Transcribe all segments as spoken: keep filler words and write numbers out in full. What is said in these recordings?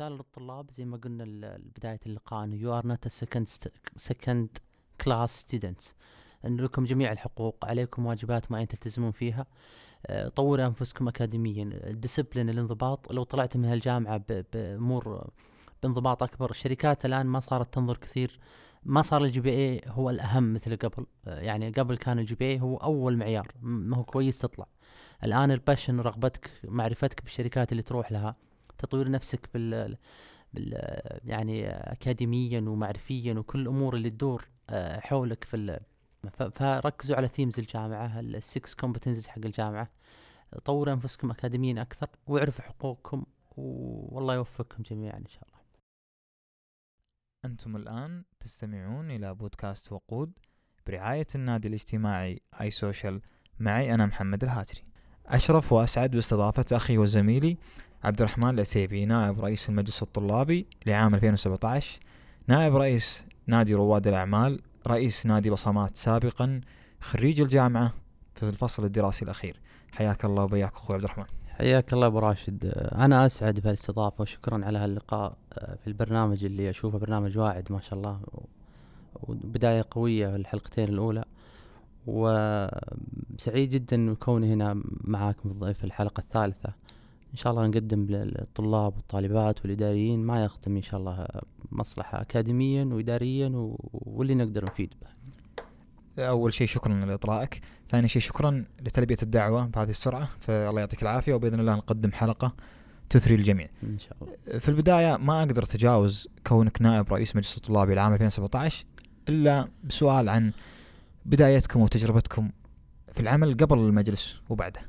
رسالة للطلاب زي ما قلنا بداية اللقاء إنه you are not a second st- second class students، إن لكم جميع الحقوق، عليكم واجبات معينة تلتزمون فيها. أه، طوروا أنفسكم أكاديميا، الديسبلين الانضباط. لو طلعت من هالجامعة ب- بأمور بانضباط أكبر، الشركات الآن ما صارت تنظر كثير، ما صار الجي بي اي هو الأهم مثل قبل. أه، يعني قبل كان الجي بي اي هو أول معيار، م- ما هو كويس تطلع. الآن الباشن، رغبتك، معرفتك بالشركات اللي تروح لها، تطوير نفسك بال بال يعني أكاديميا ومعرفيا وكل الأمور اللي تدور آه، حولك في ال... ف- فركزوا على ثيمز الجامعة، السكس كومبتنسز حق الجامعة. طوروا أنفسكم أكاديميا أكثر، واعرفوا حقوقكم، والله يوفقكم جميعا إن شاء الله. أنتم الآن تستمعون إلى بودكاست وقود برعاية النادي الاجتماعي آي سوشيال، معي أنا محمد الهاجري. أشرف وأسعد باستضافة أخي وزميلي عبد الرحمن العسيبي، نائب رئيس المجلس الطلابي لعام ألفين وسبعة عشر، نائب رئيس نادي رواد الأعمال، رئيس نادي بصمات سابقا، خريج الجامعة في الفصل الدراسي الأخير. حياك الله وبياك أخوي عبد الرحمن. حياك الله أبو راشد، أنا أسعد بهالاستضافة وشكرا على هاللقاء في البرنامج اللي أشوفه برنامج واعد ما شاء الله، وبداية قوية في الحلقتين الأولى، وسعيد جدا كوني هنا معاكم في الحلقة الثالثة. إن شاء الله نقدم للطلاب والطالبات والإداريين ما يختم إن شاء الله مصلحة أكاديميا وإداريا و... واللي نقدر نفيد به. أول شيء شكرا لإطرائك، ثاني شيء شكرا لتلبية الدعوة بهذه السرعة، فالله يعطيك العافية، وبإذن الله نقدم حلقة تثري الجميع إن شاء الله. في البداية ما أقدر تجاوز كونك نائب رئيس مجلس الطلابي العام ألفين وسبعة عشر إلا بسؤال عن بدايتكم وتجربتكم في العمل قبل المجلس وبعده.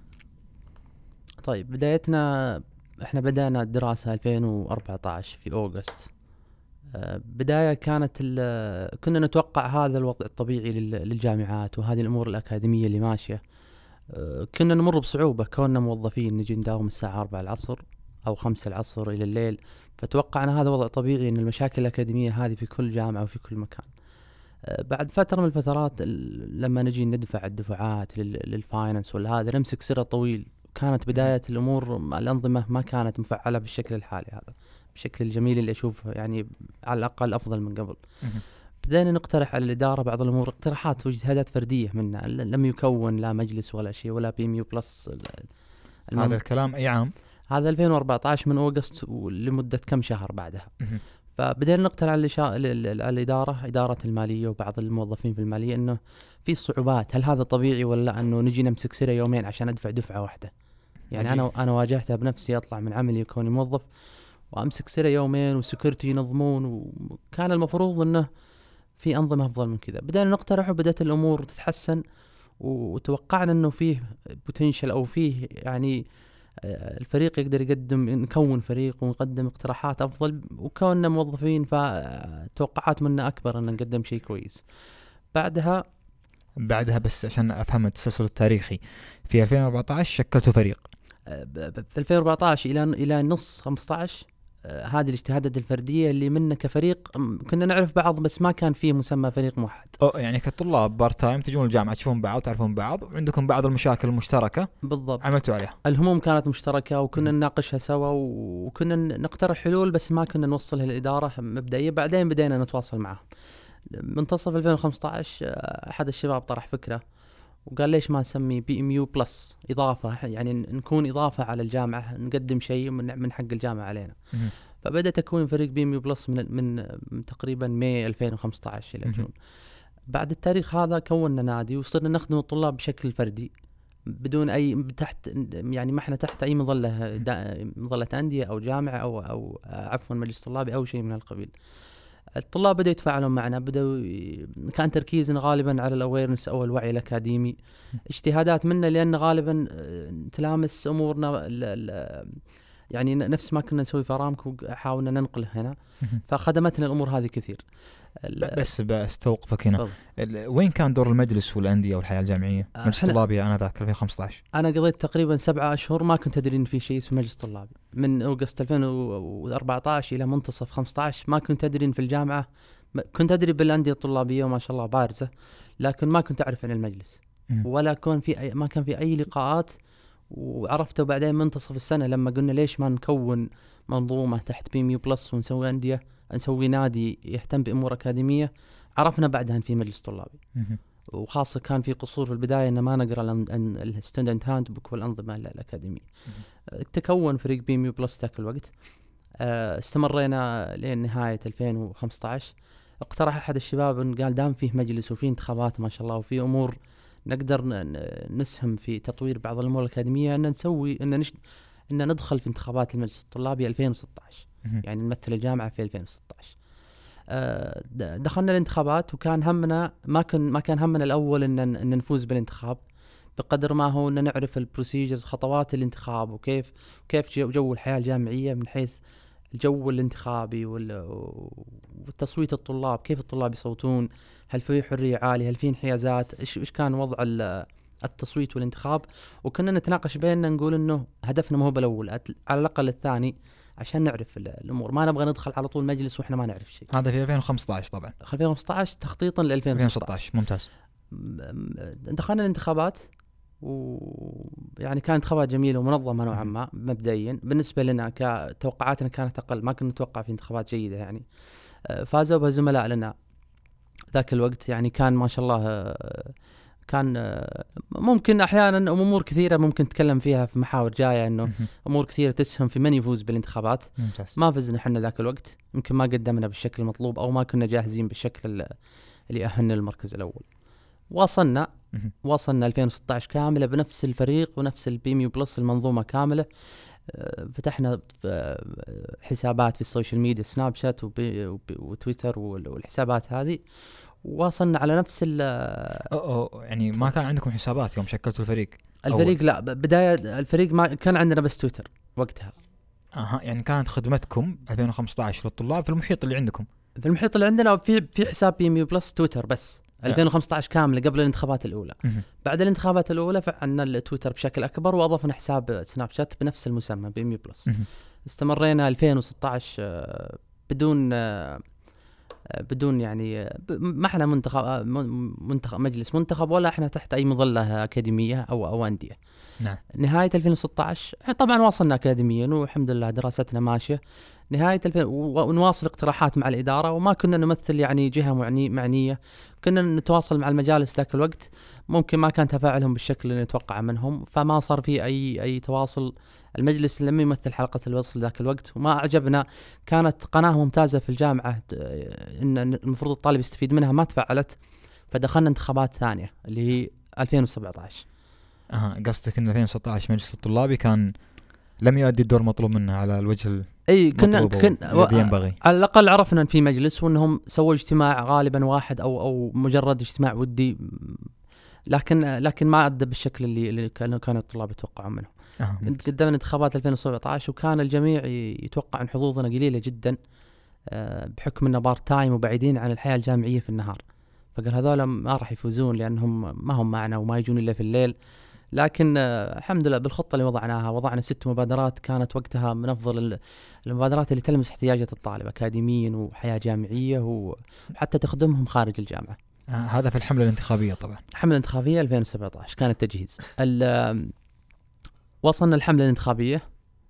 طيب، بدايتنا احنا بدأنا الدراسة ألفين وأربعة عشر في أوغست. آه، بداية كانت كنا نتوقع هذا الوضع الطبيعي لل- للجامعات وهذه الأمور الأكاديمية اللي ماشية. آه، كنا نمر بصعوبة كوننا موظفين، نجي نداوم الساعة أربعة العصر أو خمسة العصر إلى الليل، فتوقعنا هذا وضع طبيعي أن المشاكل الأكاديمية هذه في كل جامعة وفي كل مكان. آه، بعد فترة من الفترات ال- لما نجي ندفع الدفعات لل- للفاينانس والهذا نمسك سرة طويل، كانت بداية الأمور الأنظمة ما كانت مفعلة بالشكل الحالي هذا، بالشكل الجميل اللي أشوفه يعني على الأقل أفضل من قبل. بدأنا نقترح على الإدارة بعض الأمور، اقتراحات واجتهادات فردية منا، ل- لم يكون لا مجلس ولا شيء ولا بي ام يو بلس. المن... هذا الكلام أي عام؟ هذا ألفين وأربعة عشر من أوغست لمدة كم شهر بعدها. فبدأنا نقترح على, الإشا... على الإدارة، إدارة المالية وبعض الموظفين في المالية، إنه في صعوبات، هل هذا طبيعي ولا لا أنه نجي نمسك سيرة يومين عشان أدفع دفعة واحدة؟ يعني عجيب. أنا أنا واجهتها بنفسي، أطلع من عملي كوني موظف وأمسك سيرة يومين وسكرتي ينظمون، وكان المفروض إنه في أنظمة أفضل من كذا. بدأنا نقترح وبدأت الأمور تتحسن، وتوقعنا إنه فيه بوتنشل أو فيه يعني الفريق يقدر يقدم، نكون فريق ونقدم اقتراحات أفضل، وكوننا موظفين فتوقعات منا أكبر أن نقدم شيء كويس. بعدها بعدها بس عشان أفهم التسلسل التاريخي، في ألفين وأربعة عشر شكلتوا فريق، في ألفين وأربعة عشر إلى إلى نص خمسة عشر آه هذه الاجتهادات الفردية اللي منا كفريق، كنا نعرف بعض بس ما كان فيه مسمى فريق موحد. أو يعني كطلاب بارت تايم تجون الجامعة تشوفون بعض تعرفون بعض وعندكم بعض المشاكل المشتركة بالضبط، عملتوا عليها. الهموم كانت مشتركة وكنا نناقشها سوا، وكنا نقترح حلول بس ما كنا نوصلها للإدارة مبدئيا. بعدين بدينا نتواصل معه. منتصف ألفين وخمسة عشر أحد الشباب طرح فكرة وقال ليش ما نسمي بي ام يو بلس، إضافة، يعني نكون إضافة على الجامعة، نقدم شيء من من حق الجامعة علينا. فبدأ تكوين فريق بي ام يو بلس من من, من تقريبا ماي ألفين وخمسة عشر إلى جون. بعد التاريخ هذا كوننا نادي وصرنا نخدم الطلاب بشكل فردي بدون أي تحت، يعني ما احنا تحت أي مظلة مظلة أندية أو جامعة أو أو عفوا مجلس طلابي أو شيء من القبيل. الطلاب بدأوا يتفاعلون معنا، بدأوا ي... كان تركيزنا غالبا على الأويرنس أو الوعي الأكاديمي، اجتهادات منا لأن غالبا تلامس أمورنا ال... ال... يعني نفس ما كنا نسوي في أرامكو حاولنا ننقله هنا، فخدمتنا الأمور هذه كثير. بس بستوقفك هنا، وين كان دور المجلس والأندية والحياة الجامعية؟ مجلس طلابي أنا ذاك ألفين وخمسة عشر أنا قضيت تقريبا سبعة أشهر ما كنت أدري إن في شيء اسمه مجلس طلابي، من أوغست ألفين وأربعة عشر إلى منتصف خمسة عشر ما كنت أدري إن في الجامعة، كنت أدري بالأندية الطلابية وما شاء الله بارزة، لكن ما كنت أعرف عن المجلس ولا كان في أي ما كان في أي لقاءات وعرفته بعدين منتصف السنة لما قلنا ليش ما نكون منظومة تحت بي ام يو بلس ونسوي أندية، نسوي نادي يهتم بأمور أكاديمية. عرفنا بعدها في مجلس طلابي، وخاصة كان في قصور في البداية إن ما نقرأ الستودنت هاند بوك والأنظمة الأكاديمية. تكون فريق بي ام يو بلس ذاك الوقت. استمرينا لين نهاية ألفين وخمسة عشر. اقترح أحد الشباب إن قال دام فيه مجلس وفيه انتخابات ما شاء الله وفي أمور نقدر نسهم في تطوير بعض الأمور الأكاديمية، أن نسوي أن نش أن ندخل في انتخابات المجلس الطلابي ألفين وستة عشر، يعني نمثل الجامعة في ألفين وستة عشر. دخلنا الانتخابات وكان همنا ما كان ما كان همنا الأول إن إن نفوز بالانتخاب بقدر ما هو إن نعرف البروسيجرز خطوات الانتخاب وكيف كيف جو, جو الحياة الجامعية من حيث الجو الانتخابي والتصويت الطلاب، كيف الطلاب يصوتون، هل في حرية عالية، هل في انحيازات، إيش إيش كان وضع التصويت والانتخاب. وكنا نتناقش بيننا نقول إنه هدفنا ما هو بالأول، على الأقل الثاني، عشان نعرف الأمور. ما نبغى ندخل على طول مجلس وإحنا ما نعرف شيء. هذا في ألفين وخمسة عشر طبعا. ألفين وخمسة عشر تخطيطا ل ألفين وستة عشر. ممتاز. دخلنا الانتخابات ويعني كانت انتخابات جميلة ومنظمة نوعا ما مبدئيا. بالنسبة لنا كتوقعاتنا كانت أقل، ما كنا نتوقع في انتخابات جيدة يعني. فازوا بها زملاء لنا ذاك الوقت، يعني كان ما شاء الله كان ممكن أحيانا أمور كثيرة ممكن نتكلم فيها في محاور جاية، إنه أمور كثيرة تسهم في من يفوز بالانتخابات. ممتاز. ما فزنا حنا ذاك الوقت، يمكن ما قدمنا بالشكل المطلوب أو ما كنا جاهزين بالشكل اللي أهلنا للمركز الأول. وصلنا وصلنا ألفين وستة عشر كاملة بنفس الفريق ونفس البي ام يو بلس المنظومة كاملة. فتحنا حسابات في السوشيال ميديا، سناب شات وتويتر والحسابات هذه، وصلنا على نفس ال أوه يعني ما كان عندكم حسابات يوم شكلتوا الفريق؟ الفريق أول. لا بداية الفريق ما كان عندنا بس تويتر وقتها. أها يعني كانت خدمتكم ألفين وخمسة عشر للطلاب في المحيط اللي عندكم؟ في المحيط اللي عندنا في في حساب بي ام يو بلس تويتر بس. ألفين وخمسة عشر كاملة قبل الانتخابات الأولى. بعد الانتخابات الأولى فعلنا التويتر بشكل أكبر وأضفنا حساب سناب شات بنفس المسمى بي ام يو بلس. استمرينا ألفين وستة عشر بدون بدون يعني ما احنا منتخب منتخب مجلس منتخب ولا احنا تحت اي مظله اكاديميه او او انديه. نعم. نهايه ألفين وستة عشر طبعا واصلنا اكاديميا والحمد لله دراستنا ماشيه. نهايه ألفين ونواصل اقتراحات مع الاداره، وما كنا نمثل يعني جهه معني معنيه، كنا نتواصل مع المجالس ذاك الوقت. ممكن ما كان تفاعلهم بالشكل اللي نتوقع منهم، فما صار في اي اي تواصل. المجلس لم يمثل حلقة الوصل ذاك الوقت وما أعجبنا. كانت قناة ممتازة في الجامعة إن المفروض الطالب يستفيد منها، ما تفعلت، فدخلنا انتخابات ثانية اللي هي ألفين وسبعة عشر. أها قصدك إن ألفين وستة عشر مجلس الطلابي كان لم يؤدي الدور مطلوب منه على الوجه أي كنا كن ينبغي. على الأقل عرفنا إن في مجلس وإنهم سووا اجتماع غالبا واحد أو أو مجرد اجتماع ودي، لكن لكن ما أدى بالشكل اللي اللي كانوا كانوا الطلاب يتوقعون منه. أه قدمنا انتخابات ألفين وسبعة عشر وكان الجميع يتوقع أن حظوظنا قليلة جدا بحكم أننا بارت تايم وبعيدين عن الحياة الجامعية في النهار، فقال هذول ما راح يفوزون لأنهم ما هم معنا وما يجون إلا في الليل. لكن الحمد لله بالخطة اللي وضعناها وضعنا ست مبادرات كانت وقتها من أفضل المبادرات اللي تلمس احتياجات الطالب أكاديميا وحياة جامعية وحتى تخدمهم خارج الجامعة. آه هذا في الحملة الانتخابية. طبعا الحملة الانتخابية ألفين وسبعة عشر كان التجهيز. وصلنا الحملة الانتخابية،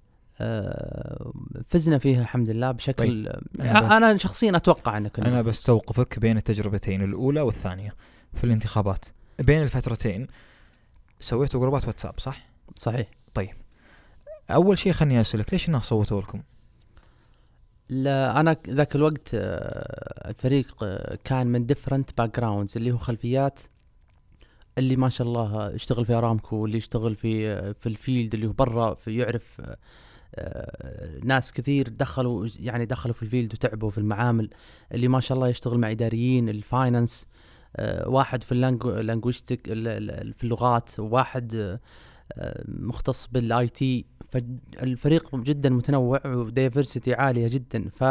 فزنا فيها الحمد لله بشكل طيب. أنا, أنا شخصيا أتوقع أنك أنا بستوقفك بين التجربتين الأولى والثانية في الانتخابات. بين الفترتين سويتوا جروبات واتساب صح؟ صحيح. طيب أول شيء خلني أسألك ليش الناس صوتوا لكم؟ لا أنا ذاك الوقت الفريق كان من different backgrounds اللي هو خلفيات، اللي ما شاء الله يشتغل في أرامكو واللي يشتغل في في الفيلد اللي هو برا في يعرف ناس كثير دخلوا يعني دخلوا في الفيلد وتعبوا في المعامل، اللي ما شاء الله يشتغل مع إداريين الفاينانس، واحد في اللانجويستيك في اللغات، وواحد مختص بالاي تي. فالفريق جدا متنوع ودايفرسيتي عالية جدا. ف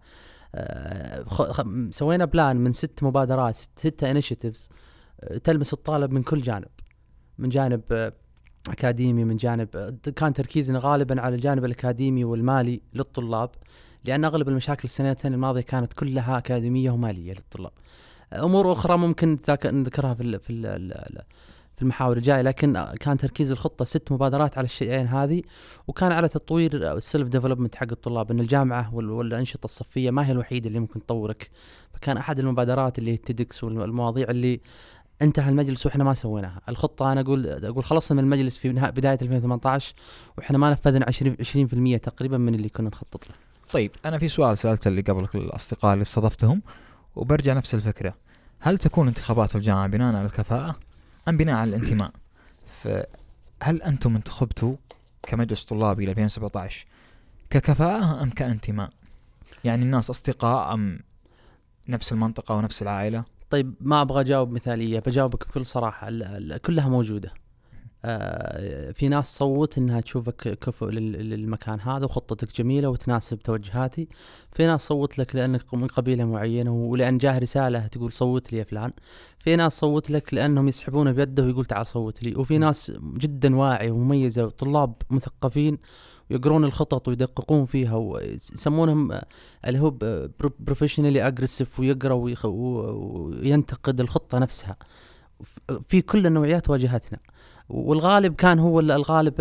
سوينا بلان من ست مبادرات ستة انيشيتيفز تلمس الطالب من كل جانب، من جانب أكاديمي، من جانب كان تركيزنا غالبا على الجانب الأكاديمي والمالي للطلاب، لأن أغلب المشاكل السنتين الماضية كانت كلها أكاديمية ومالية للطلاب. أمور أخرى ممكن نذكرها في ال في ال في المحاور الجاية، لكن كان تركيز الخطة ست مبادرات على الشيئين هذه، وكان على تطوير السيلف ديفلوبمنت حق الطلاب، ان الجامعة والأنشطة الصفية ما هي الوحيدة اللي ممكن تطورك. فكان احد المبادرات اللي هي تيدكس والمواضيع اللي انتهى المجلس واحنا ما سويناها. الخطة انا اقول اقول خلصنا من المجلس في بداية ألفين وثمانية عشر واحنا ما نفذنا عشرين بالمئة تقريبا من اللي كنا نخطط له. طيب أنا في سؤال سألته اللي قبل الأصدقاء اللي استضفتهم وبرجع نفس الفكرة، هل تكون انتخابات الجامعة بناء على الكفاءة أم بناء على الانتماء؟ فهل أنتم انتخبتوا كمجلس طلابي ل ألفين وسبعة عشر ككفاءة أم كانتماء؟ يعني الناس أصدقاء أم نفس المنطقة ونفس العائلة؟ طيب ما أبغى أجاوب مثالية، بجاوبك بكل صراحة. كلها موجودة. آه في ناس صوت انها تشوفك كفؤ للمكان هذا وخطتك جميلة وتناسب توجهاتي. في ناس صوت لك لانك من قبيلة معينة ولان جاه رسالة تقول صوت لي يا فلان. في ناس صوت لك لانهم يسحبونه بيده ويقول تعال صوت لي. وفي ناس جدا واعية ومميزة وطلاب مثقفين ويقرون الخطط ويدققون فيها ويسمونهم اللي هو بروفيشنالي اجريسيف، ويقرأ وينتقد الخطة نفسها. في كل النوعيات واجهتنا، والغالب كان هو الغالب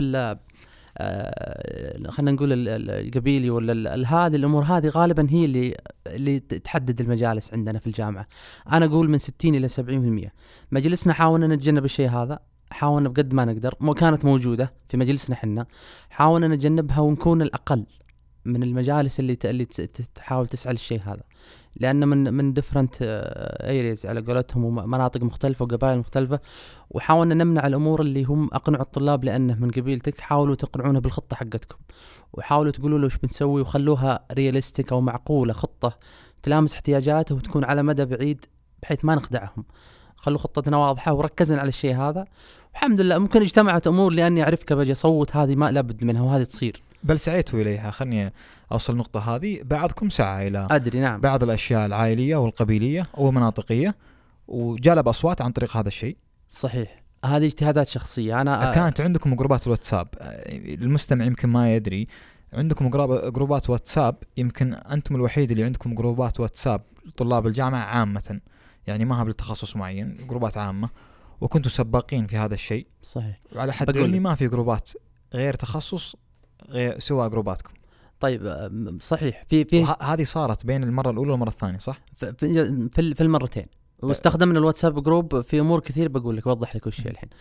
آه خلينا نقول القبيلي ولا هذه الامور هذه غالبا هي اللي اللي تحدد المجالس عندنا في الجامعه. انا اقول من ستين الى سبعين بالمئة. مجلسنا حاولنا نتجنب الشيء هذا، حاولنا بقد ما نقدر، مو كانت موجوده في مجلسنا حنا، حاولنا نتجنبها ونكون الاقل من المجالس اللي اللي تحاول تسعى للشيء هذا، لأن من من different areas على قولتهم ومناطق مختلفة وقبائل مختلفة. وحاولنا نمنع الأمور اللي هم أقنعوا الطلاب لأنه من قبيلتك، حاولوا تقنعونه بالخطة حقتكم وحاولوا تقولوا له وش بنسوي وخلوها رياليستيك أو معقولة، خطة تلامس احتياجاته وتكون على مدى بعيد بحيث ما نخدعهم. خلوا خطتنا واضحة وركزنا على الشيء هذا، والحمد لله ممكن اجتمعت أمور لأني أعرفك بجي صوت هذه ما لابد منها وهذه تصير، بل سعيتوا إليها. خلني أوصل النقطة هذه. بعضكم سعى إلى أدري نعم بعض الأشياء العائلية والقبيلية والمناطقية وجلب أصوات عن طريق هذا الشيء. صحيح، هذه اجتهادات شخصية. أنا كانت عندكم جروبات الواتساب، المستمع يمكن ما يدري، عندكم جروبات واتساب، يمكن أنتم الوحيد اللي عندكم جروبات واتساب طلاب الجامعة عامة، يعني ما هو بالتخصص معين، جروبات عامة، وكنتوا سباقين في هذا الشيء. صحيح، وعلى حد علمي ما في جروبات غير تخصص غير سوى جروباتكم. طيب صحيح، في في هذه صارت بين المرة الأولى والمرة الثانية صح؟ في في, في المرتين، واستخدمنا الواتساب جروب في أمور كثير. بقول لك بوضح لك وش هي الحين.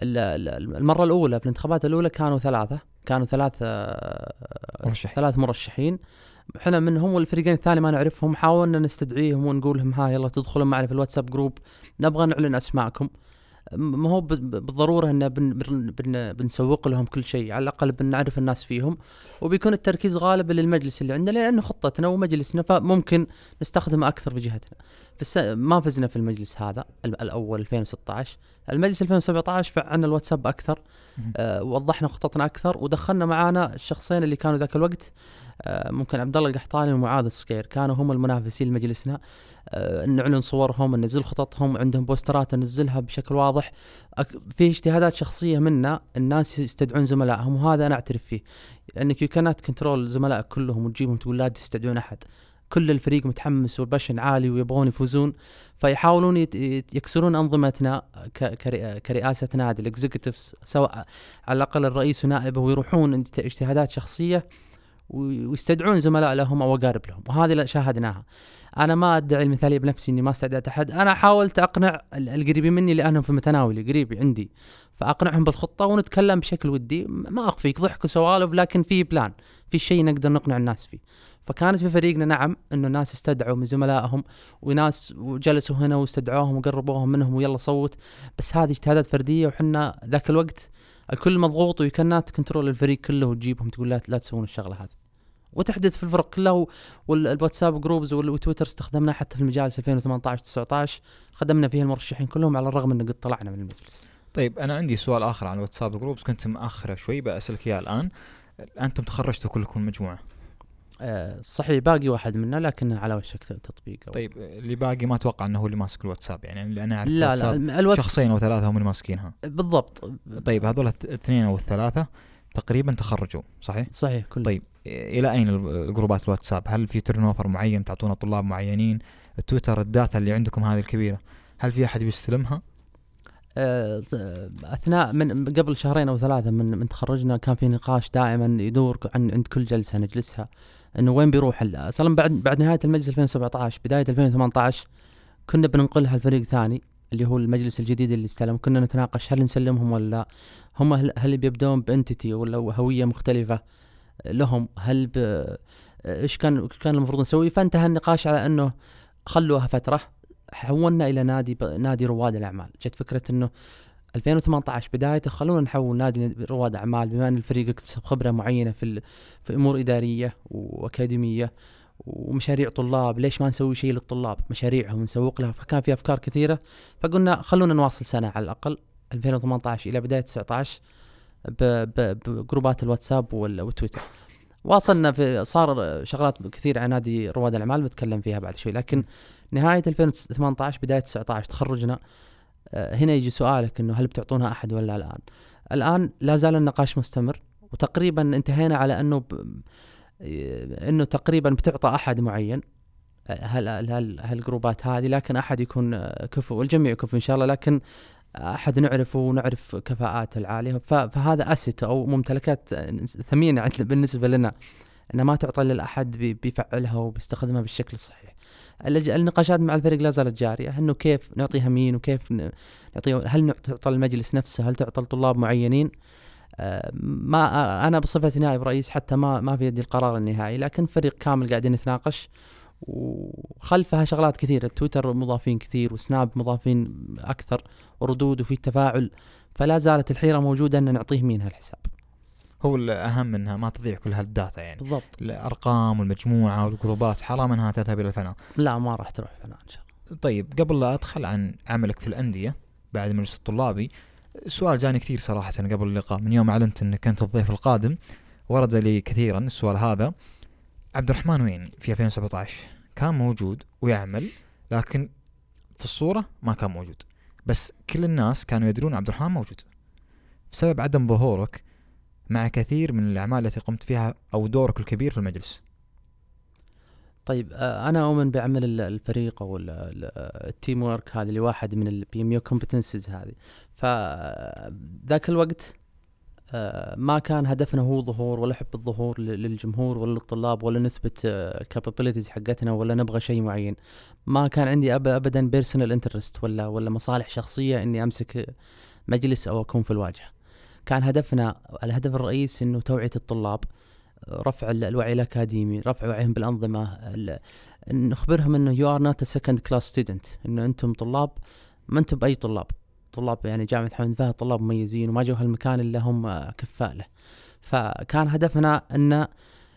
المرة الأولى في الانتخابات الأولى كانوا ثلاثة كانوا ثلاثة مرشح. ثلاث مرشحين، احنا منهم والفريقين الثاني ما نعرفهم، حاولنا نستدعيهم ونقول لهم ها يلا تدخلوا معنا في الواتساب جروب، نبغى نعلن أسماءكم. ما هو بالضرورة إن بن بن بنسوق لهم كل شيء، على الأقل بنعرف الناس فيهم، وبيكون التركيز غالبا للمجلس اللي عندنا لأنه خطتنا ومجلسنا، فممكن نستخدمه أكثر بجهتنا. في ما فزنا في المجلس هذا الأول ألفين وستة عشر. المجلس ألفين وسبعة عشر فعلنا الواتساب أكثر، آه ووضحنا خطتنا أكثر، ودخلنا معانا الشخصين اللي كانوا ذاك الوقت، آه ممكن عبد الله القحطاني ومعاذ الصقير، كانوا هم المنافسين لمجلسنا. آه نعلن صورهم، ننزل خططهم، عندهم بوسترات ننزلها بشكل واضح. فيه اجتهادات شخصية منا، الناس يستدعون زملائهم، وهذا أنا أعترف فيه، لأنك يو كانت كنترول زملائك كلهم وتجيبهم تقول لا تستدعون أحد. كل الفريق متحمس والبشن عالي ويبغون يفوزون، فيحاولون يكسرون أنظمتنا كرئاسة نادي الإكزيكتيفز، سواء على الأقل الرئيس ونائبه، ويروحون اجتهادات شخصية ويستدعون زملاء لهم أو أقارب لهم، وهذه اللي شاهدناها. أنا ما أدعي المثالية بنفسي إني ما استدعيت أحد، أنا حاولت أقنع القريبين مني لأنهم في متناولي قريبي عندي، فأقنعهم بالخطة ونتكلم بشكل ودي، ما أخفيك ضحك وسوالف، لكن في بلان، في شيء نقدر نقنع الناس فيه. فكانت في فريقنا نعم إنه الناس استدعوا من زملائهم، وناس وجلسوا هنا واستدعوهم وقربوهم منهم ويلا صوت، بس هذه اجتهادات فردية، وحنا ذاك الوقت الكل مضغوط ويكنات كنترول الفريق كله وتجيبهم تقول لا لا تسوون الشغلة هذه. وتحدث في الفرق كلها، والواتساب جروبز والتويتر استخدمناه حتى في المجالس ألفين وثمانية عشر تسعة عشر، خدمنا فيه المرشحين كلهم على الرغم ان قد طلعنا من المجلس. طيب انا عندي سؤال اخر عن الواتساب جروبز، كنت مأخره شوي بأسألك اياه الان. انتم تخرجتوا كلكم مجموعة؟ أه صحيح، باقي واحد منا لكن على وشك تطبيق. طيب اللي باقي ما اتوقع انه هو اللي ماسك الواتساب، يعني لأن انا اعرف لا لا الواتس... شخصين او ثلاثة هم اللي ماسكينها بالضبط. طيب هذول الاثنين او الثلاثة تقريبا تخرجوا صحيح؟ صحيح كله. طيب الى اين الجروبات الواتساب؟ هل في ترنوفر معين تعطونا طلاب معينين؟ التويتر الداتا اللي عندكم هذه الكبيرة هل في احد بيستلمها؟ اثناء من قبل شهرين او ثلاثه من من تخرجنا كان في نقاش دائما يدور عن عند كل جلسه نجلسها انه وين بيروح اصلا بعد بعد نهايه المجلس ألفين وسبعة عشر بدايه ألفين وثمانية عشر كنا بننقلها لفريق ثاني اللي هو المجلس الجديد اللي استلم. كنا نتناقش هل نسلمهم ولا لا، هم هل, هل بيبدون بانتيتي ولا هويه مختلفه لهم، هل ب... ايش كان كان المفروض نسوي. فانتهى النقاش على انه خلوها فتره، حولنا الى نادي ب... نادي رواد الاعمال. جت فكره انه ألفين وثمانية عشر بدايته خلونا نحول نادي رواد اعمال، بما ان الفريق اكتسب خبره معينه في ال... في امور اداريه واكاديميه ومشاريع طلاب، ليش ما نسوي شيء للطلاب مشاريعهم نسوق لها. فكان في افكار كثيره، فقلنا خلونا نواصل سنه على الاقل ألفين وثمانية عشر الى بدايه تسعة عشر بجروبات الواتساب والتويتر. واصلنا في صار شغلات كثير على نادي رواد الاعمال بتكلم فيها بعد شوي. لكن نهايه ألفين وثمانية عشر بدايه تسعة عشر تخرجنا، هنا يجي سؤالك انه هل بتعطونها احد ولا الان؟ الان لا زال النقاش مستمر، وتقريبا انتهينا على انه ب... انه تقريبا بتعطى احد معين هل هل هالجروبات هذه، لكن احد يكون كفؤ والجميع كفؤ ان شاء الله، لكن احد نعرفه ونعرف كفاءاته العاليه. فهذا اسيت او ممتلكات ثمينه بالنسبه لنا، انها ما تعطى للاحد بيفعلها وبيستخدمها بالشكل الصحيح. النقاشات مع الفريق لا زالت جاريه، انه كيف نعطيها مين وكيف نعطيها، هل تعطى المجلس نفسه، هل تعطى لطلاب معينين. ما انا بصفتي نائب رئيس حتى ما ما في يدي القرار النهائي، لكن فريق كامل قاعدين نتناقش، وخلفها شغلات كثيره، تويتر مضافين كثير وسناب مضافين اكثر وردود وفي تفاعل. فلا زالت الحيره موجوده ان نعطيه مين هالحساب. هو الأهم منها ما تضيع كل هالداتا يعني بالضبط. الأرقام والمجموعة والجروبات حرام أنها تذهب إلى الفناء. لا ما راح تروح فناء إن شاء الله. طيب قبل لا أدخل عن عملك في الأندية بعد المجلس الطلابي، سؤال جاني كثير صراحة قبل اللقاء من يوم أعلنت أنك كنت الضيف القادم، ورد لي كثيرا السؤال هذا: عبد الرحمن وين في ألفين وسبعة عشر؟ كان موجود ويعمل، لكن في الصورة ما كان موجود، بس كل الناس كانوا يدرون عبد الرحمن موجود بسبب عدم ظهورك مع كثير من الأعمال التي قمت فيها أو دورك الكبير في المجلس. طيب أنا أؤمن بعمل الفريق أو التيم وورك هذا اللي واحد من البي ام يو كومبتنسز هذه. فذاك الوقت ما كان هدفنا هو ظهور ولا حب الظهور للجمهور ولا للطلاب ولا نثبت الكابابيلتيز حقتنا ولا نبغى شيء معين. ما كان عندي أبدا بيرسونال انترست ولا ولا مصالح شخصية إني أمسك مجلس أو أكون في الواجهة. كان هدفنا الهدف الرئيسي إنه توعية الطلاب، رفع الوعي الأكاديمي، رفع وعيهم بالأنظمة، نخبرهم إنه you are not a second class student، إنه أنتم طلاب ما أنتم بأي طلاب، طلاب يعني جامعة محمد فهد طلاب مميزين وما جو هالمكان اللي هم كفاء له. فكان هدفنا أن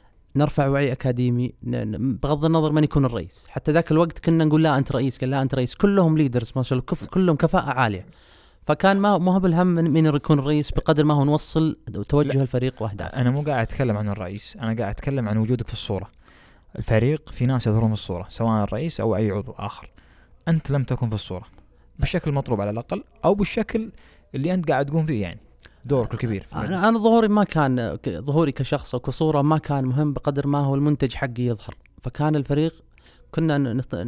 نرفع وعي أكاديمي بغض النظر من يكون الرئيس. حتى ذاك الوقت كنا نقول لا أنت رئيس، قال لا أنت رئيس، كلهم ليدرز ما شاء الله، كلهم كفاءة عالية. فكان ما مو بالهم من يكون الرئيس بقدر ما هو نوصل توجه الفريق واهدافه. انا مو قاعد اتكلم عن الرئيس، انا قاعد اتكلم عن وجودك في الصوره. الفريق في ناس يظهرون في الصوره سواء الرئيس او اي عضو اخر، انت لم تكن في الصوره بالشكل المطلوب على الاقل او بالشكل اللي انت قاعد تقوم فيه، يعني دورك الكبير. انا انا ظهوري ما كان ظهوري كشخص او كصوره ما كان مهم بقدر ما هو المنتج حقي يظهر. فكان الفريق كنا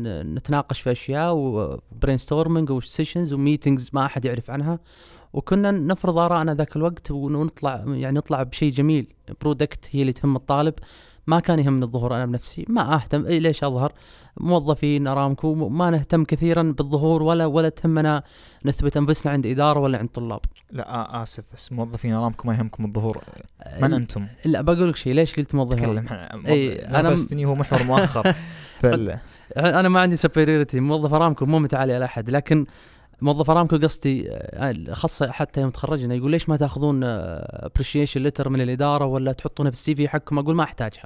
نتناقش في أشياء وبرين ستورمينج وسيشنز وميتينجز ما أحد يعرف عنها، وكنا نفرض آراءنا ذاك الوقت ونطلع يعني نطلع بشيء جميل، برودكت هي اللي تهم الطالب. ما كان يهمني الظهور أنا بنفسي، ما أهتم إيه ليش أظهر، موظفين أرامكو ما نهتم كثيرا بالظهور ولا ولا تهمنا نثبت أنفسنا عند إدارة ولا عند طلاب. لا آسف بس موظفين أرامكو ما يهمكم الظهور، من أنتم؟ لا بقولك شيء، ليش قلت موظفين؟ أي أنا مستني هو محور مؤخر. فل... أنا ما عندي سبيريورتي، موظف أرامكو مو متعالي على أحد، لكن موظف أرامكو قصدي خاصة حتى يوم تخرجنا يقول ليش ما تأخذون appreciation letter من الإدارة ولا تحطونها في السي في حقكم؟ أقول ما أحتاجها،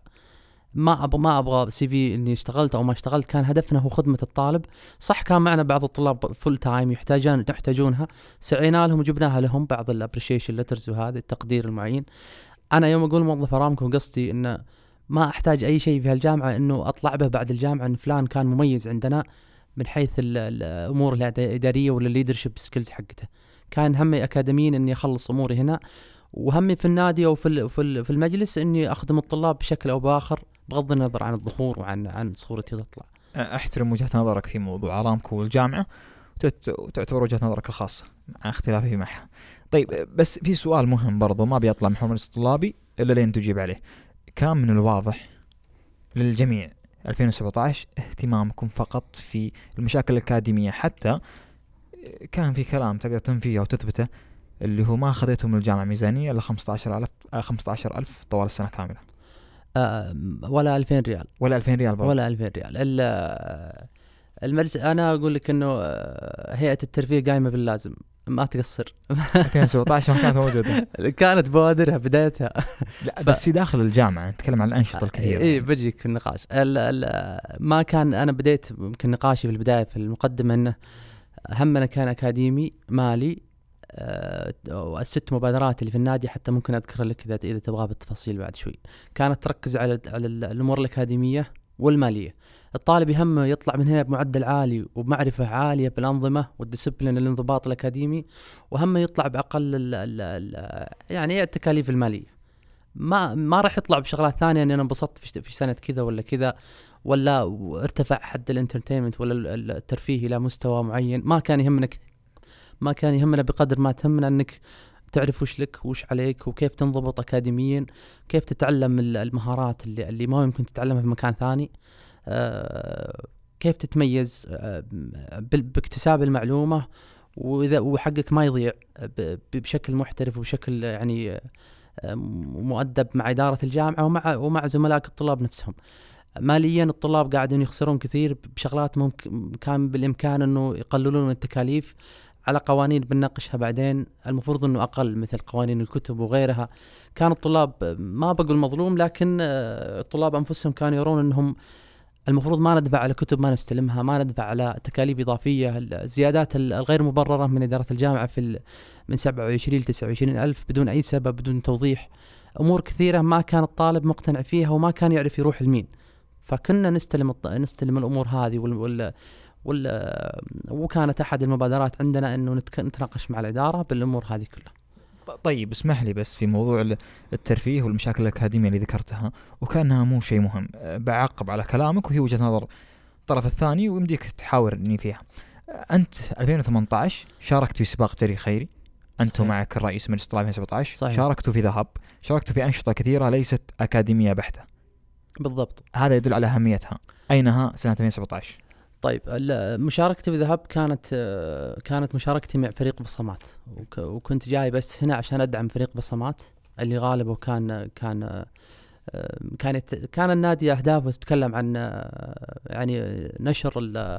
ما أبغى ما أبغى سي في إني اشتغلت أو ما اشتغلت. كان هدفنا هو خدمة الطالب. صح كان معنا بعض الطلاب فول تايم يحتاجون يحتاجونها، سعينا لهم وجبناها لهم بعض الابريشيشن ليترز وهذا التقدير المعين. أنا يوم أقول موظف أرامكو قصدي إنه ما أحتاج أي شيء في هالجامعة إنه أطلع به بعد الجامعة إن فلان كان مميز عندنا من حيث الأمور الإدارية ولا الليدرشيب سكيلز حقته. كان همي أكاديميين إني أخلص أموري هنا، وهمي في النادي أو في في المجلس إني أخدم الطلاب بشكل أو بآخر بغض النظر عن الظهور وعن عن صورتي تطلع. أحترم وجهة نظرك في موضوع أرامكو والجامعة، وتعتبر وجهة نظرك الخاصة مع اختلافي معها. طيب بس في سؤال مهم برضو ما بيطلع من حول مجلس الطلابي إلا لين تجيب عليه. كان من الواضح للجميع ألفين وسبعة عشر اهتمامكم فقط في المشاكل الأكاديمية، حتى كان في كلام تقدر تنفيه أو تثبته اللي هو ما أخذتهم من الجامعة ميزانية إلا خمسة عشر ألف خمسة عشر ألف طوال السنة كاملة. أه ولا ألفين ريال ولا ألفين ريال برضو. ولا ألفين ريال. المجلس أنا أقول لك إنه هيئة الترفيه قايمة باللازم، ما تقصر. ألفين وسبعة عشر ما كانت موجودة. كانت بوادرها بدايتها. لا بس ف... في داخل الجامعة نتكلم عن الأنشطة الكثيرة. إيه يعني. بجيك في النقاش ال ال ما كان أنا بديت يمكن نقاشي في البداية في المقدمة إنه همنا كان أكاديمي مالي. أه والست مبادرات اللي في النادي حتى ممكن أذكر لك إذا إذا تبغى بالتفاصيل بعد شوي، كانت تركز على على الأمور الأكاديمية والمالية. الطالب يهمه يطلع من هنا بمعدل عالي وبمعرفة عالية بالأنظمة والديسبلين الانضباط الأكاديمي، وهمه يطلع بأقل ال ال ال يعني التكاليف المالية. ما ما راح يطلع بشغلات ثانية أن أنا انبسطت في, في سنة كذا ولا كذا، ولا ارتفع حد الانترتينمنت ولا الترفيه إلى مستوى معين. ما كان يهمنا ما كان يهمنا بقدر ما تهمنا أنك تعرف وش لك وش عليك وكيف تنضبط أكاديميا، كيف تتعلم المهارات اللي اللي ما يمكن تتعلمها في مكان ثاني، آه كيف تتميز آه باكتساب المعلومة، وإذا وحقك ما يضيع بشكل محترف وبشكل يعني آه مؤدب مع إدارة الجامعة ومع ومع زملائك الطلاب نفسهم. ماليا الطلاب قاعدين يخسرون كثير بشغلات ممكن كان بالإمكان أنه يقللون من التكاليف على قوانين بنناقشها بعدين المفروض أنه أقل، مثل قوانين الكتب وغيرها. كان الطلاب ما بقول مظلوم، لكن الطلاب أنفسهم كانوا يرون أنهم المفروض ما ندفع على كتب ما نستلمها، ما ندفع على تكاليف إضافية. الزيادات الغير مبررة من إدارة الجامعة في من سبعة وعشرين إلى تسعة وعشرين ألف بدون أي سبب بدون توضيح، أمور كثيرة ما كان الطالب مقتنع فيها وما كان يعرف يروح لمين. فكنا نستلم نستلم الأمور هذه وال وال وال وكانت أحد المبادرات عندنا إنه نتناقش مع الإدارة بالأمور هذه كلها. طيب اسمح لي بس في موضوع الترفيه والمشاكل الأكاديمية اللي ذكرتها وكانها مو شيء مهم، بعقب على كلامك وهي وجهة نظر الطرف الثاني ويمديك تحاورني فيها. أنت ألفين وثمانية عشر شاركت في سباق جري خيري أنت ومعك الرئيس مجلس الطلاب ألفين وسبعة عشر. صحيح. شاركتوا في ذهب، شاركتوا في أنشطة كثيرة ليست أكاديمية بحتة. بالضبط. هذا يدل على أهميتها. أينها سنة ألفين وسبعة عشر؟ طيب مشاركتي في ذهب كانت كانت مشاركتي مع فريق بصمات، وكنت جاي بس هنا عشان أدعم فريق بصمات اللي غالبه كان كان كانت كان النادي أهدافه تتكلم عن يعني نشر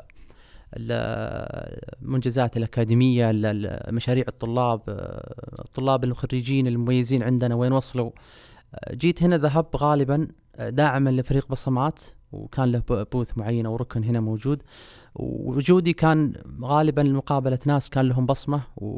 المنجزات الأكاديمية، مشاريع الطلاب الطلاب الخريجين المميزين عندنا وين وصلوا. جيت هنا ذهب غالبا داعما لفريق بصمات، وكان له بوث معين أو ركن هنا موجود، ووجودي كان غالبا مقابلة ناس كان لهم بصمة،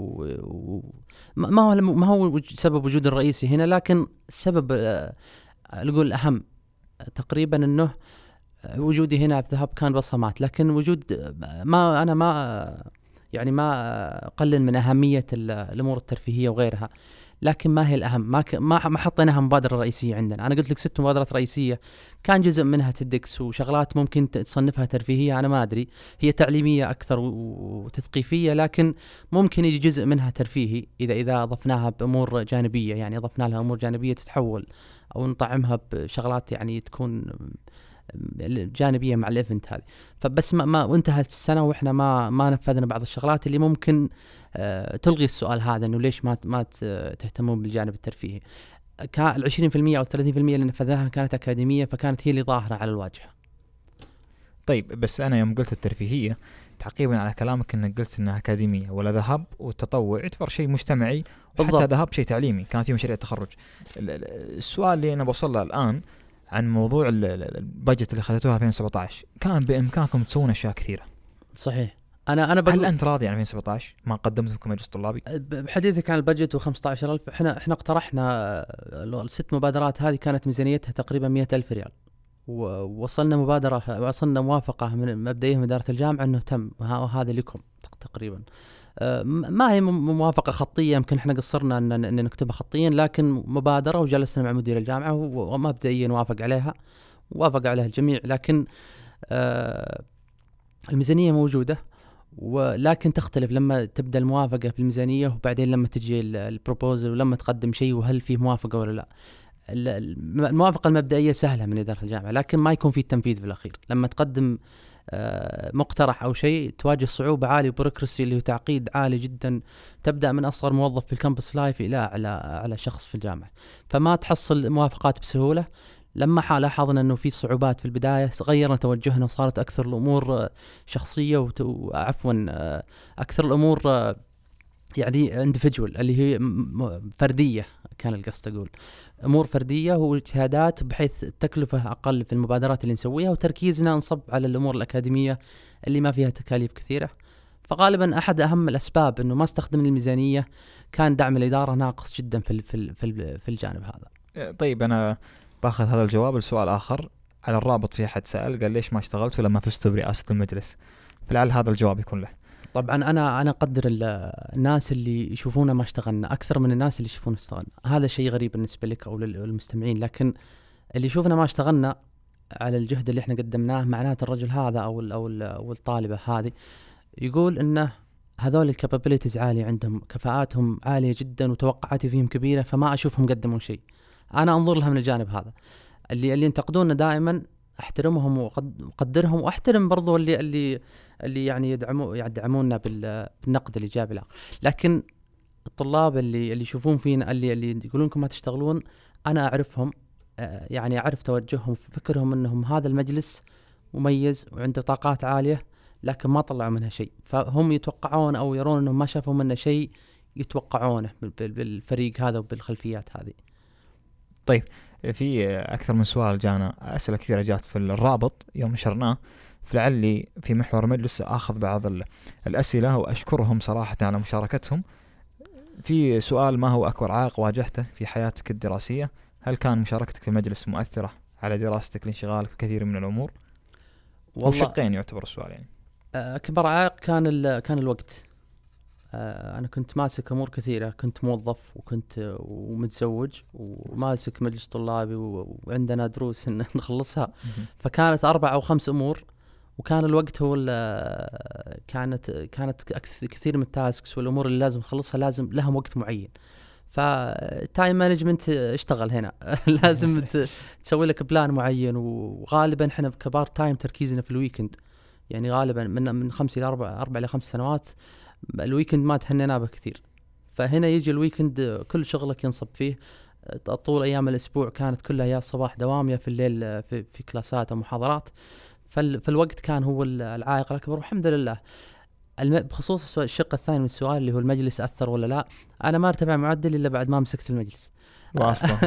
وما هو ما هو سبب وجود الرئيسي هنا، لكن السبب نقول الأهم تقريبا أنه وجودي هنا في ذهب كان بصمات. لكن وجود ما أنا ما يعني ما قلل من أهمية الأمور الترفيهية وغيرها، لكن ما هي الأهم. ما ك... ما ما حطيناها مبادرة رئيسية عندنا. أنا قلت لك ست مبادرات رئيسية، كان جزء منها تدكس وشغلات ممكن تصنفها ترفيهية، أنا ما أدري، هي تعليمية أكثر وتثقيفية، لكن ممكن يجي جزء منها ترفيهي إذا إذا أضفناها بأمور جانبية، يعني أضفنا لها أمور جانبية تتحول أو نطعمها بشغلات يعني تكون جانبية مع الإيفنت هذه. فبس ما, ما وانتهت السنة وإحنا ما ما نفذنا بعض الشغلات اللي ممكن آه تلغي السؤال هذا، إنه ليش ما ما تهتمون بالجانب الترفيهي. كان العشرين في المية أو الثلاثين في المية اللي نفذناها كانت أكاديمية، فكانت هي اللي ظاهرة على الواجهة. طيب بس أنا يوم قلت الترفيهية تعقيبا على كلامك إنك قلت إنها أكاديمية ولا ذهب والتطوع يعتبر شيء مجتمعي، وحتى ذهب شيء تعليمي كانت فيه مشاريع تخرج. السؤال اللي أنا بوصل له الآن عن موضوع البجت اللي خذتوها ألفين وسبعة عشر، كان بإمكانكم تسوون أشياء كثيرة. صحيح. أنا أنا هل أنت راضي عن ألفين وسبعة عشر ما قدمته كمجلس طلابي؟ بحديثك عن البجت وخمسة عشر ألف، إحنا إحنا اقترحنا الست مبادرات هذه كانت ميزانيتها تقريبا مئة ألف ريال، ووصلنا مبادرة وصلنا موافقة من مبدئيا من إدارة الجامعة إنه تم وهذا لكم تقريبا. ما هي موافقة خطية، يمكن احنا قصرنا ان, إن نكتبها خطيا، لكن مبادرة وجلسنا مع مدير الجامعة ومبدئيا وافق عليها وافق عليها الجميع. لكن آه الميزانية موجودة ولكن تختلف لما تبدا الموافقه بالميزانيه، وبعدين لما تجي البروبوزل ولما تقدم شيء وهل فيه موافقه ولا لا. الموافقه المبدئيه سهله من اداره الجامعه، لكن ما يكون في التنفيذ في الاخير. لما تقدم مقترح او شيء تواجه صعوبه عاليه وبروكراسي اللي هو تعقيد عالي جدا، تبدا من اصغر موظف في الكامبس لايف الى على على شخص في الجامعه، فما تحصل موافقات بسهوله. لما لاحظنا انه في صعوبات في البدايه غيرنا توجهنا وصارت اكثر الامور شخصيه، وعفوا اكثر الامور يعني individual اللي هي فرديه، كان القصد اقول امور فرديه واجتهادات بحيث التكلفه اقل في المبادرات اللي نسويها، وتركيزنا نصب على الامور الاكاديميه اللي ما فيها تكاليف كثيره. فغالبا احد اهم الاسباب انه ما استخدمنا الميزانيه كان دعم الاداره ناقص جدا في في في, في الجانب هذا. طيب انا باخذ هذا الجواب لسؤال اخر على الرابط. في احد سأل قال ليش ما اشتغلتوا لما فزتوا برئاسه المجلس؟ فلعل هذا الجواب يكون له. طبعا انا انا اقدر الناس اللي يشوفونا ما اشتغلنا اكثر من الناس اللي يشوفونا اشتغلنا. هذا شيء غريب بالنسبه لك او للمستمعين، لكن اللي يشوفنا ما اشتغلنا على الجهد اللي احنا قدمناه معناته الرجل هذا او ال او, ال أو الطالبه هذه يقول انه هذول الكابابيلتيز عاليه عندهم، كفاءاتهم عاليه جدا وتوقعاتي فيهم كبيره، فما اشوفهم قدموا شيء. انا انظر لها من الجانب هذا. اللي اللي ينتقدوننا دائما احترمهم وقدرهم، واحترم برضو اللي اللي اللي يعني يدعموا يدعمونا بالنقد الايجابي لا. لكن الطلاب اللي اللي يشوفون فينا اللي اللي يقولون لكم ما تشتغلون، انا اعرفهم، يعني اعرف توجههم، فكرهم انهم هذا المجلس مميز وعنده طاقات عاليه لكن ما طلعوا منها شيء، فهم يتوقعون او يرون انهم ما شافوا منه شيء يتوقعونه بالفريق هذا وبالخلفيات هذه. طيب في أكثر من سؤال جانا، أسئلة كثيرة جات في الرابط يوم نشرناه، فلعلي في محور مجلس أخذ بعض الأسئلة وأشكرهم صراحة على مشاركتهم. في سؤال: ما هو أكبر عائق واجهته في حياتك الدراسية؟ هل كان مشاركتك في المجلس مؤثرة على دراستك لانشغالك بكثير من الأمور؟ وشقين يعتبر السؤال يعني. أكبر عائق كان ال كان الوقت. أنا كنت ماسك أمور كثيرة، كنت موظف وكنت ومتزوج وماسك مجلس طلابي وعندنا دروس نخلصها، فكانت أربع أو خمس أمور، وكان الوقت هو كانت كانت كثير من التاسكس والأمور اللي لازم نخلصها لازم لهم وقت معين. فتايم مانجمنت اشتغل هنا لازم تسوي لك بلان معين، وغالبا احنا كبار تايم تركيزنا في الويكند، يعني غالبا من من خمس إلى أربع أربع إلى خمس سنوات الويكند ما تهنينا به كثير. فهنا يجي الويكند كل شغلك ينصب فيه. طول أيام الأسبوع كانت كلها يا الصباح دوام يا في الليل في, في كلاسات ومحاضرات، فالوقت كان هو العائق الأكبر. والحمد لله. بخصوص الشق الثاني من السؤال اللي هو المجلس أثر ولا لا، أنا ما ارتفع معدل إلا بعد ما مسكت المجلس واصلا.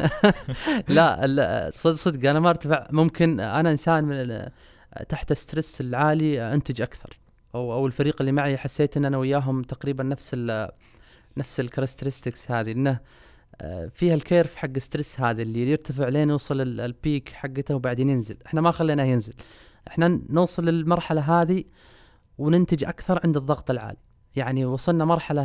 لا, لا صدق صدق أنا ما ارتفع. ممكن أنا إنسان من تحت ستريس العالي أنتج أكثر، أو أو الفريق اللي معي حسيت إن أنا وياهم تقريبا نفس ال نفس الكاركترستكس هذه، إنه فيها الكيرف حق ستريس هذا اللي يرتفع لين يوصل البيك حقته وبعدين ينزل. إحنا ما خليناه ينزل، إحنا نوصل للمرحلة هذه وننتج أكثر عند الضغط العالي. يعني وصلنا مرحلة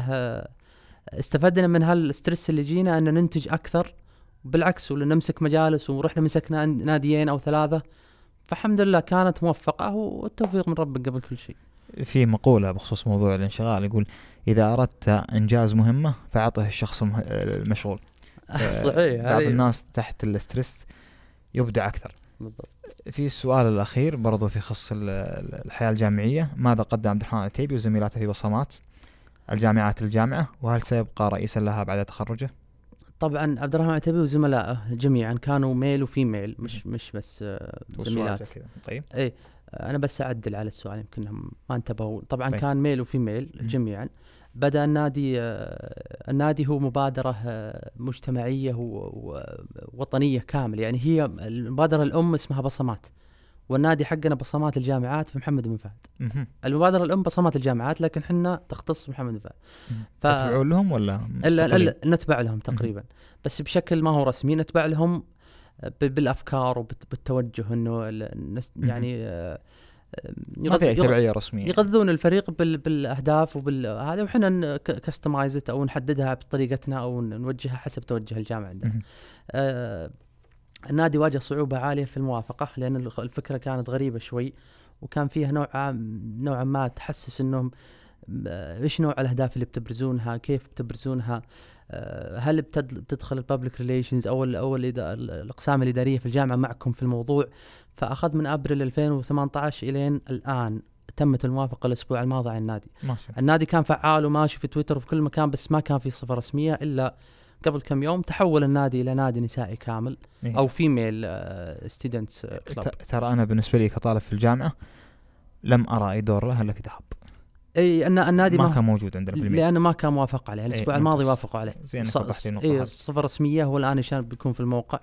استفدنا من هالستريس اللي جينا أن ننتج أكثر، بالعكس ولا نمسك مجالس ورحنا مسكنا ناديين أو ثلاثة، فالحمد لله كانت موفقة والتوفيق من ربك قبل كل شيء. في مقولة بخصوص موضوع الانشغال يقول: إذا أردت إنجاز مهمة فأعطه الشخص المشغول. صحيح. بعض الناس تحت الاسترس يبدع أكثر. بالضبط. في السؤال الأخير برضو في خص الحياة الجامعية: ماذا قدم عبد الرحمن العتيبي وزميلاته في بصمات الجامعات الجامعة، وهل سيبقى رئيسا لها بعد تخرجه؟ طبعا عبد الرحمن العتيبي وزملائه جميعا كانوا ميل وفيميل، مش مش بس زميلات. طيب. اي انا بس اعدل على السؤال يمكن ما انتبهوا. طبعا طيب. كان ميل وفيميل جميعا. بدأ النادي النادي هو مبادرة مجتمعية ووطنية كامل، يعني هي المبادرة الأم اسمها بصمات، والنادي حقنا بصمات الجامعات في محمد بن فهد. المبادرة الأم بصمات الجامعات، لكن حنا تختص محمد بن فهد. ف... تتبعون لهم ولا مستقلين؟ نتبع لهم تقريبا، بس بشكل ما هو رسمي. نتبع لهم بالأفكار وبالتوجه، إنه يعني ما في تبعية رسمية، يغذون الفريق بال... بالأهداف وبالهذا، وحنا كستمايزت أو نحددها بطريقتنا أو نوجهها حسب توجه الجامعة عندنا. آه النادي واجه صعوبة عالية في الموافقة، لأن الفكرة كانت غريبة شوي، وكان فيها نوع نوعا ما تحسس انهم ايش نوع الاهداف اللي بتبرزونها، كيف بتبرزونها، هل بتدخل الببليك ريليشنز او او الاقسام الاداريه في الجامعه معكم في الموضوع. فاخذ من ابريل ألفين وثمانية عشر الين الان تمت الموافقه الاسبوع الماضي على النادي. النادي كان فعال وماشي في تويتر وفي كل مكان، بس ما كان في صفه رسميه الا قبل كم يوم تحول النادي الى نادي نسائي كامل او فيميل ستودنتس كلوب. ترى انا بالنسبه لي كطالب في الجامعه لم ارى اي دور له الا في ذهب. اي ان النادي ما, ما كان موجود عندنا بالميل، لانه ما كان موافق عليه. الاسبوع الماضي وافقوا عليه زين. وضحت النقطه اي صفه رسميه، هو الان عشان بيكون في الموقع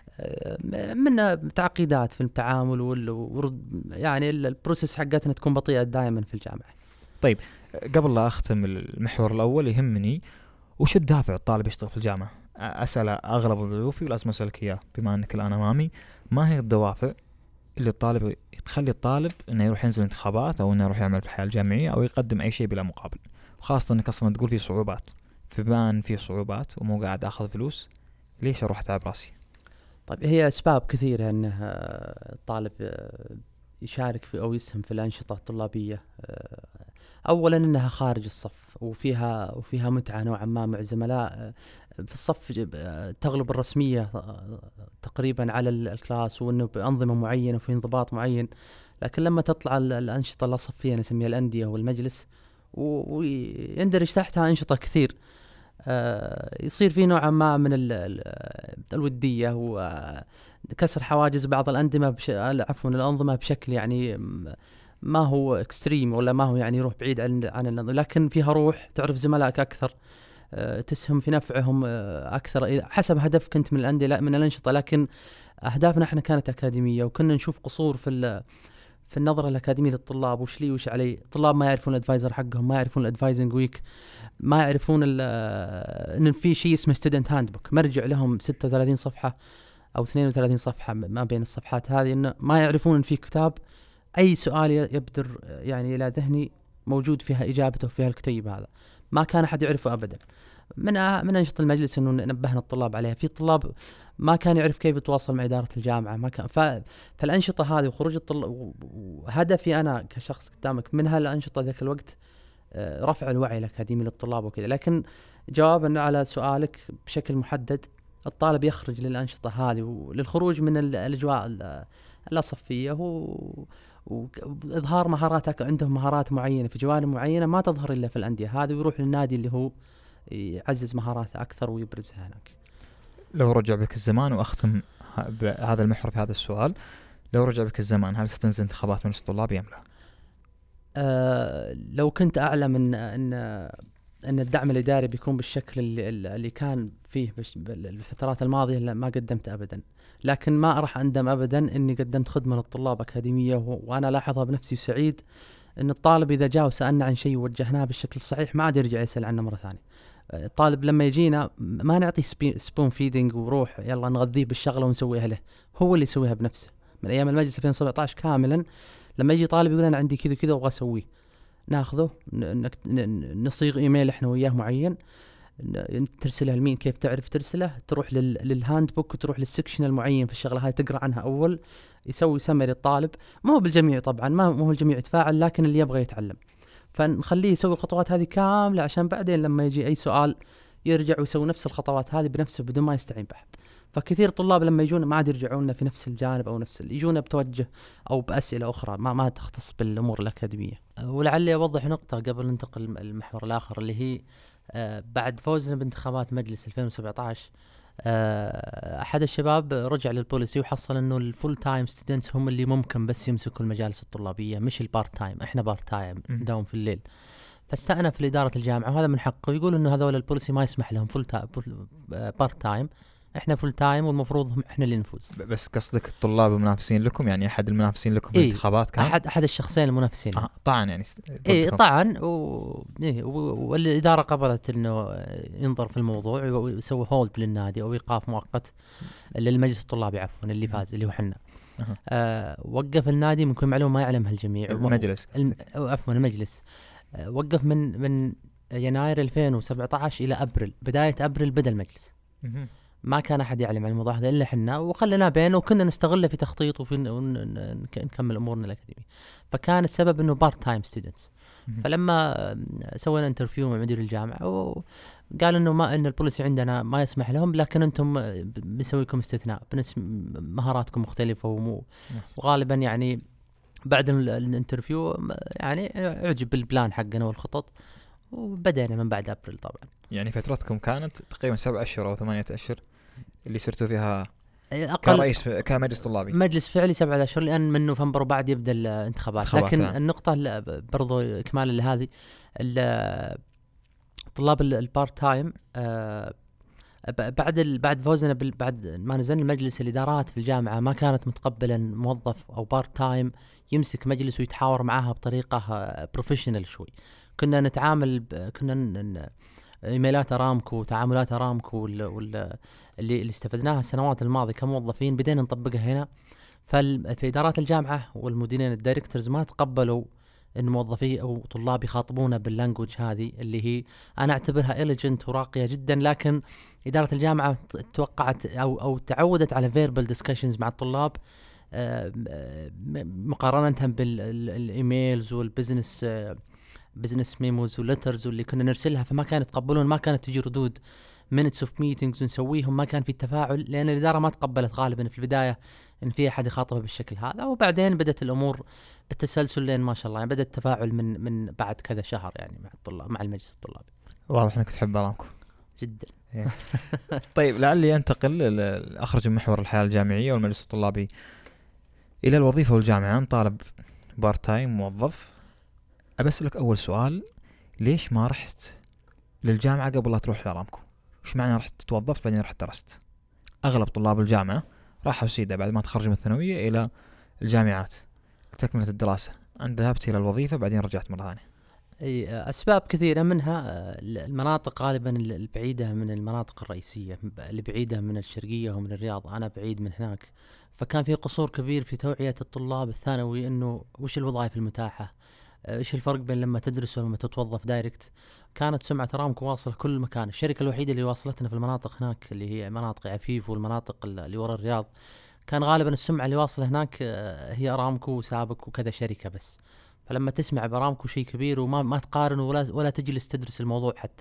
من تعقيدات في التعامل وال يعني البروسيس حقتنا تكون بطيئه دائما في الجامعه. طيب قبل لا اختم المحور الاول يهمني وش الدافع الطالب يشتغل في الجامعه؟ اسال اغلب ضيوفي ولازم اسالك اياه بما انك الان امامي، ما هي الدوافع اللي الطالب تخلي الطالب انه يروح ينزل انتخابات او انه يروح يعمل في الحياه الجامعيه او يقدم اي شيء بلا مقابل، وخاصه انك اصلا تقول في صعوبات، فبان في صعوبات ومو قاعد اخذ فلوس، ليش اروح اتعب راسي؟ طيب هي اسباب كثيره انه الطالب يشارك في او يسهم في الانشطه الطلابيه. اولا انها خارج الصف وفيها وفيها متعه نوعا ما مع زملاء في الصف، تغلب الرسميه تقريبا على الكلاس، وانه بانظمه معينه وفي انضباط معين. لكن لما تطلع الانشطه الصفيه نسميها الانديه والمجلس ويندرج تحتها انشطه كثير، يصير في نوعا ما من الوديه وكسر حواجز بعض الأنظمة بش... عفوا الأنظمة بشكل يعني ما هو اكستريم ولا ما هو يعني يروح بعيد عن عن النظام، لكن فيها روح، تعرف زملائك أكثر، أه تسهم في نفعهم أه أكثر حسب هدفك أنت من الأندية لا من الأنشطة. لكن أهدافنا إحنا كانت أكاديمية، وكنا نشوف قصور في في النظرة الأكاديمية للطلاب، وش لي وش علي. الطلاب ما يعرفون الأدفايزر حقهم، ما يعرفون الأدفايزنج ويك، ما يعرفون ان في شيء اسمه ستودنت هاندبوك مرجع لهم ستة وثلاثين صفحة او اثنين وثلاثين صفحة ما بين الصفحات هذه، انه ما يعرفون ان في كتاب اي سؤال يبدر يعني الى ذهني موجود فيها اجابته وفيها الكتيب. هذا ما كان احد يعرفه ابدا. من من انشطه المجلس انه نبهنا الطلاب عليها. في طلاب ما كان يعرف كيف يتواصل مع اداره الجامعه، ما كان ف... فالانشطه هذه وخروج الطلاب، وهدفي انا كشخص قدامك من هالانشطه ذاك الوقت رفع الوعي الأكاديمي للطلاب وكذا. لكن جوابا على سؤالك بشكل محدد، الطالب يخرج للأنشطة هذه وللخروج من الأجواء الصفية وإظهار مهاراتك. عندهم مهارات معينة في جوانب معينة ما تظهر إلا في الأندية هذه، ويروح للنادي اللي هو يعزز مهاراته أكثر ويبرزها هناك. لو رجع بك الزمان، وأختم بهذا المحور في هذا السؤال، لو رجع بك الزمان هل ستنزل انتخابات مجلس الطلاب أم لا؟ أه لو كنت أعلم أن أن أن الدعم الإداري بيكون بالشكل اللي, اللي كان فيه بالفترات الماضية ما قدمت أبدا. لكن ما راح أندم أبدا أني قدمت خدمة للطلاب أكاديمية، وأنا لاحظها بنفسي سعيد أن الطالب إذا جاء وسألنا عن شيء ووجهناه بالشكل الصحيح ما عاد يرجع يسأل عنه مرة ثانية. الطالب لما يجينا ما نعطي سبون فيدينج وروح يلا نغذيه بالشغلة ونسويها له، هو اللي يسويها بنفسه. من أيام المجلس ألفين وسبعة عشر كاملا لما يجي طالب يقول أنا عندي كذا كذا وأبغى أسويه، ناخذه نصيغ إيميل إحنا وياه معين، ترسله لمين كيف تعرف ترسله، تروح للهاند بوك وتروح للسكشن المعين في الشغلة هاي تقرأ عنها أول، يسوي سمري الطالب. ما هو بالجميع طبعا، ما هو الجميع يتفاعل، لكن اللي يبغى يتعلم فنخليه يسوي الخطوات هذه كاملة عشان بعدين لما يجي أي سؤال يرجع ويسوي نفس الخطوات هذه بنفسه بدون ما يستعين بأحد. فكثير طلاب لما يجون ما عاد يرجعون في نفس الجانب او نفس يجون بتوجه او باسئله اخرى ما ما تختص بالامور الاكاديميه. ولعلي اوضح نقطه قبل ننتقل المحور الاخر اللي هي آه بعد فوزنا بانتخابات مجلس ألفين وسبعة عشر آه احد الشباب رجع للبوليسي وحصل انه الفول تايم ستودنتس هم اللي ممكن بس يمسكوا المجالس الطلابيه مش البارت تايم. احنا بارت تايم نداوم في الليل. فاستأنف في إدارة الجامعة وهذا من حقه، يقول انه هذول البوليسي ما يسمح لهم فول تايم بارت تايم، احنا فول تايم والمفروض احنا اللي نفوز. بس قصدك الطلاب المنافسين لكم، يعني احد المنافسين لكم في إيه الانتخابات كان احد احد الشخصين المنافسين آه طعن يعني ايه طعن و... إيه والاداره قبلت انه ينظر في الموضوع ويسوي هولد للنادي او ايقاف مؤقت للمجلس الطلابي عفوا اللي فاز اللي هو احنا. أه. آه وقف النادي من كل معلومه ما يعلمها الجميع. المجلس الم... عفوا المجلس آه وقف من من يناير ألفين وسبعة عشر الى ابريل، بدايه ابريل بدا المجلس. ما كان أحد يعلم عن الموضوع هذا إلا حنا، وخلنا بين وكنا نستغله في تخطيط وفي نكمل أمورنا الأكاديمية. فكان السبب إنه بارت تايم ستودنتس. فلما سوينا انترفيو مع مدير الجامعة وقال إنه ما إن البوليسي عندنا ما يسمح لهم، لكن أنتم بنسوي لكم استثناء، بنس مهاراتكم مختلفة ومو وغالبا يعني بعد الانترفيو يعني أعجب بالبلان حقنا والخطط، وبدأنا من بعد أبريل طبعا. يعني فترتكم كانت تقريبا سبع أشهر أو ثمانية أشهر اللي صرتوا فيها أقل كرئيس كمجلس طلابي. مجلس فعلي سبعة أشهر، لأن من نوفمبر وبعد يبدأ الانتخابات. لكن نعم. النقطة برضو إكمالا لهذه طلاب البارت تايم بعد بعد فوزنا بعد ما نزلنا المجلس، الإدارات في الجامعة ما كانت متقبلا موظف أو بارت تايم يمسك مجلس ويتحاور معها بطريقة بروفيشنال شوي. كنا نتعامل كنا ايميلات ارامكو وتعاملات ارامكو وال... وال... اللي اللي استفدناها السنوات الماضيه كموظفين بدينا نطبقها هنا. ففي ادارات الجامعه والمديرين الدايركتورز ما تقبلوا ان موظفي او طلاب يخاطبونا باللانجوج هذه اللي هي انا اعتبرها إليجنت وراقيه جدا، لكن اداره الجامعه توقعت او او تعودت على فيربال ديسكشنز مع الطلاب مقارنه بالايميلز والبزنس بزنس ميموز ولترز واللي كنا نرسلها. فما كانوا يتقبلون، ما كانت تجي ردود minutes of meetings ونسويهم، ما كان في تفاعل، لأن الإدارة ما تقبلت غالبا في البداية إن في أحد يخاطبها بالشكل هذا. وبعدين بدأت الأمور بالتسلسل لين ما شاء الله يعني بدأ التفاعل من من بعد كذا شهر يعني مع الطلاب مع المجلس الطلابي. واضح أنك تحب ارامكو جدا. طيب لعلي أنتقل أخرج من محور الحياة الجامعية والمجلس الطلابي إلى الوظيفة والجامعة. أنت طالب بارت تايم موظف، أبسألك أول سؤال، ليش ما رحت للجامعة قبل لا تروح لأرامكو؟ وش معنى رحت توظفت بعدين رحت درست؟ أغلب طلاب الجامعة راحوا سيدة بعد ما تخرجوا من الثانوية إلى الجامعات تكملة الدراسة، أنت ذهبت إلى الوظيفة بعدين رجعت مرة ثانية. أي أسباب كثيرة، منها المناطق غالبا البعيدة من المناطق الرئيسية، البعيدة من الشرقية ومن الرياض، أنا بعيد من هناك، فكان في قصور كبير في توعية الطلاب الثانوي إنه وش الوظائف المتاحة، ايش الفرق بين لما تدرس ولما تتوظف دايركت. كانت سمعة ارامكو واصلة كل مكان. الشركة الوحيدة اللي واصلتنا في المناطق هناك اللي هي مناطق عفيف والمناطق اللي وراء الرياض، كان غالبا السمعة اللي واصلة هناك هي ارامكو وسابق وكذا شركة بس. فلما تسمع بارامكو شيء كبير وما ما تقارن ولا ولا تجلس تدرس الموضوع حتى.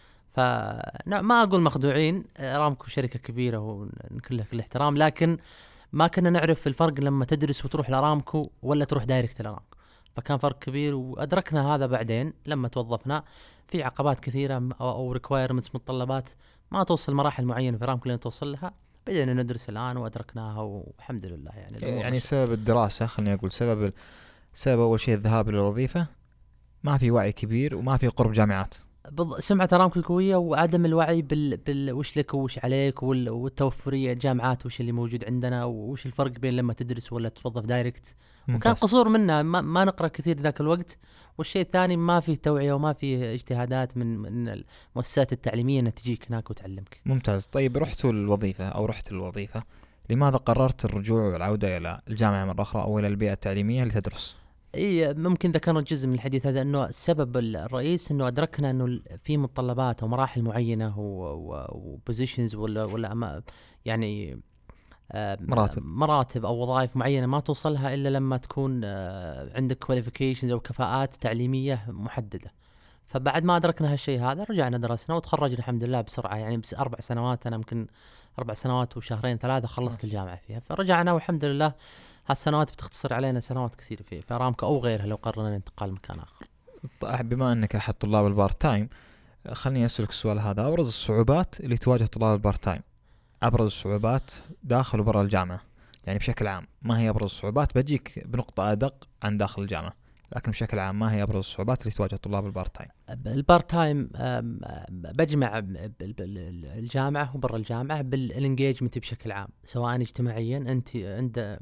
فما اقول مخدوعين، ارامكو شركة كبيرة وكلها كل احترام، لكن ما كنا نعرف الفرق لما تدرس وتروح لارامكو ولا تروح دايركت لارامكو. فكان فرق كبير، وأدركنا هذا بعدين لما توظفنا. في عقبات كثيرة أو requirements متطلبات ما توصل مراحل معينة في رامكو لين توصل لها، بدينا ندرس الآن وأدركناها والحمد لله. يعني يعني سبب الدراسة، خليني أقول سبب سبب أول شيء الذهاب للوظيفة، ما في وعي كبير وما في قرب جامعات. سمعة ارامكو قوية، وعدم الوعي بال... بال... وش لك وش عليك وال... والتوفرية جامعات وش اللي موجود عندنا وش الفرق بين لما تدرس ولا توظف دايركت. وكان قصور منا، ما, ما نقرأ كثير ذاك الوقت. والشيء الثاني ما في توعية وما في اجتهادات من من المؤسسات التعليمية أن تجيك هناك وتعلمك. ممتاز. طيب رحتوا للوظيفة أو رحت للوظيفة، لماذا قررت الرجوع والعودة إلى الجامعة مرة أخرى أو إلى البيئة التعليمية لتدرس؟ اي ممكن ذكرنا جزء من الحديث هذا، انه السبب الرئيس انه ادركنا انه في متطلبات ومراحل معينه وبوزيشنز ولا ولا يعني مراتب مراتب او وظائف معينه ما توصلها الا لما تكون عندك كواليفيكيشنز او كفاءات تعليميه محدده. فبعد ما ادركنا هالشيء هذا رجعنا درسنا وتخرجنا الحمد لله بسرعه، يعني بس اربع سنوات، انا يمكن اربع سنوات وشهرين ثلاثه خلصت الجامعه فيها. فرجعنا والحمد لله هالسنوات بتختصر علينا سنوات كثير في في ارامكو او غيرها لو قررنا الانتقال مكان اخر. بما انك احد طلاب البارت تايم، خليني اسالك السؤال هذا، ابرز الصعوبات اللي تواجه طلاب البارت تايم، ابرز الصعوبات داخل وبرا الجامعه، يعني بشكل عام ما هي ابرز الصعوبات؟ بجيك بنقطه ادق عن داخل الجامعه، لكن بشكل عام ما هي ابرز الصعوبات اللي تواجه طلاب البارت تايم؟ البارت تايم بجمع الجامعه وبرا الجامعه بالانجيجمنت بشكل عام، سواء اجتماعيا انت عند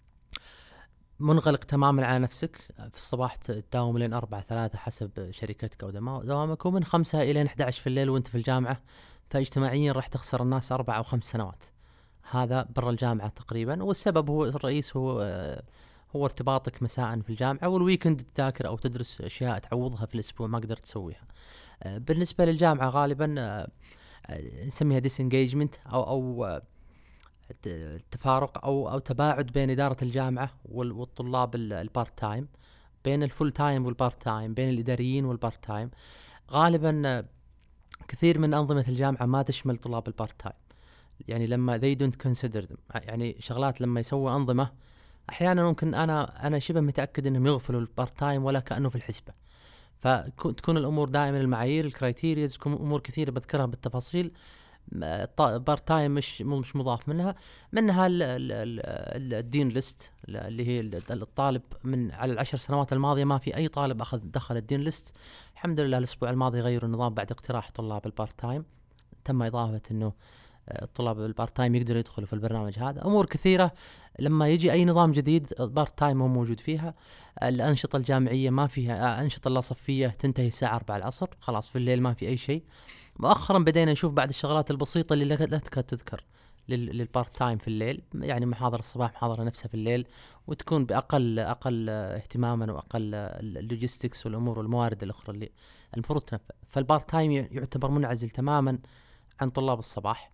منغلق تماما على نفسك، في الصباح تداوم لين أربعة ثلاثة حسب شركتك أو دوامك، ومن خمسة إلى أحد عشر في الليل وأنت في الجامعة. فاجتماعيا راح تخسر الناس أربع أو خمس سنوات، هذا برا الجامعة تقريبا. والسبب هو الرئيس هو هو ارتباطك مساء في الجامعة، والويكند تذاكر أو تدرس أشياء تعوضها في الأسبوع ما قدرت تسويها. بالنسبة للجامعة غالبا نسميها disengagement أو أو التفارق أو أو تباعد بين إدارة الجامعة والطلاب البارت تايم، بين الفول تايم والبارت تايم، بين الإداريين والبارت تايم. غالبا كثير من أنظمة الجامعة ما تشمل طلاب البارت تايم، يعني لما they don't consider them، يعني شغلات لما يسوي أنظمة أحيانا ممكن أنا أنا شبه متأكد إنهم يغفلوا البارت تايم ولا كأنه في الحسبة. فتكون الأمور دائما المعايير الكرايتيريز، تكون أمور كثيرة بذكرها بالتفاصيل بارت تايم مش مش مضاف منها منها الدين ليست اللي هي الطالب من على العشر سنوات الماضية ما في أي طالب أخذ دخل الدين ليست. الحمد لله الأسبوع الماضي غيروا النظام بعد اقتراح طلاب البارت تايم، تم إضافة إنه الطلاب البارت تايم يقدروا يدخلوا في البرنامج هذا. أمور كثيرة لما يجي أي نظام جديد البارت تايم هو موجود فيها. الأنشطة الجامعية ما فيها أنشطة لا صفية تنتهي الساعة أربعة العصر، خلاص في الليل ما في أي شيء. مؤخرا بدينا نشوف بعض الشغلات البسيطة اللي لا تكاد تذكر للبارت تايم في الليل، يعني محاضرة الصباح محاضرة نفسها في الليل، وتكون بأقل أقل اهتماما وأقل اللوجيستكس والأمور والموارد الأخرى اللي المفروض تنفذ. فالبارت تايم يعتبر منعزل تماما عن طلاب الصباح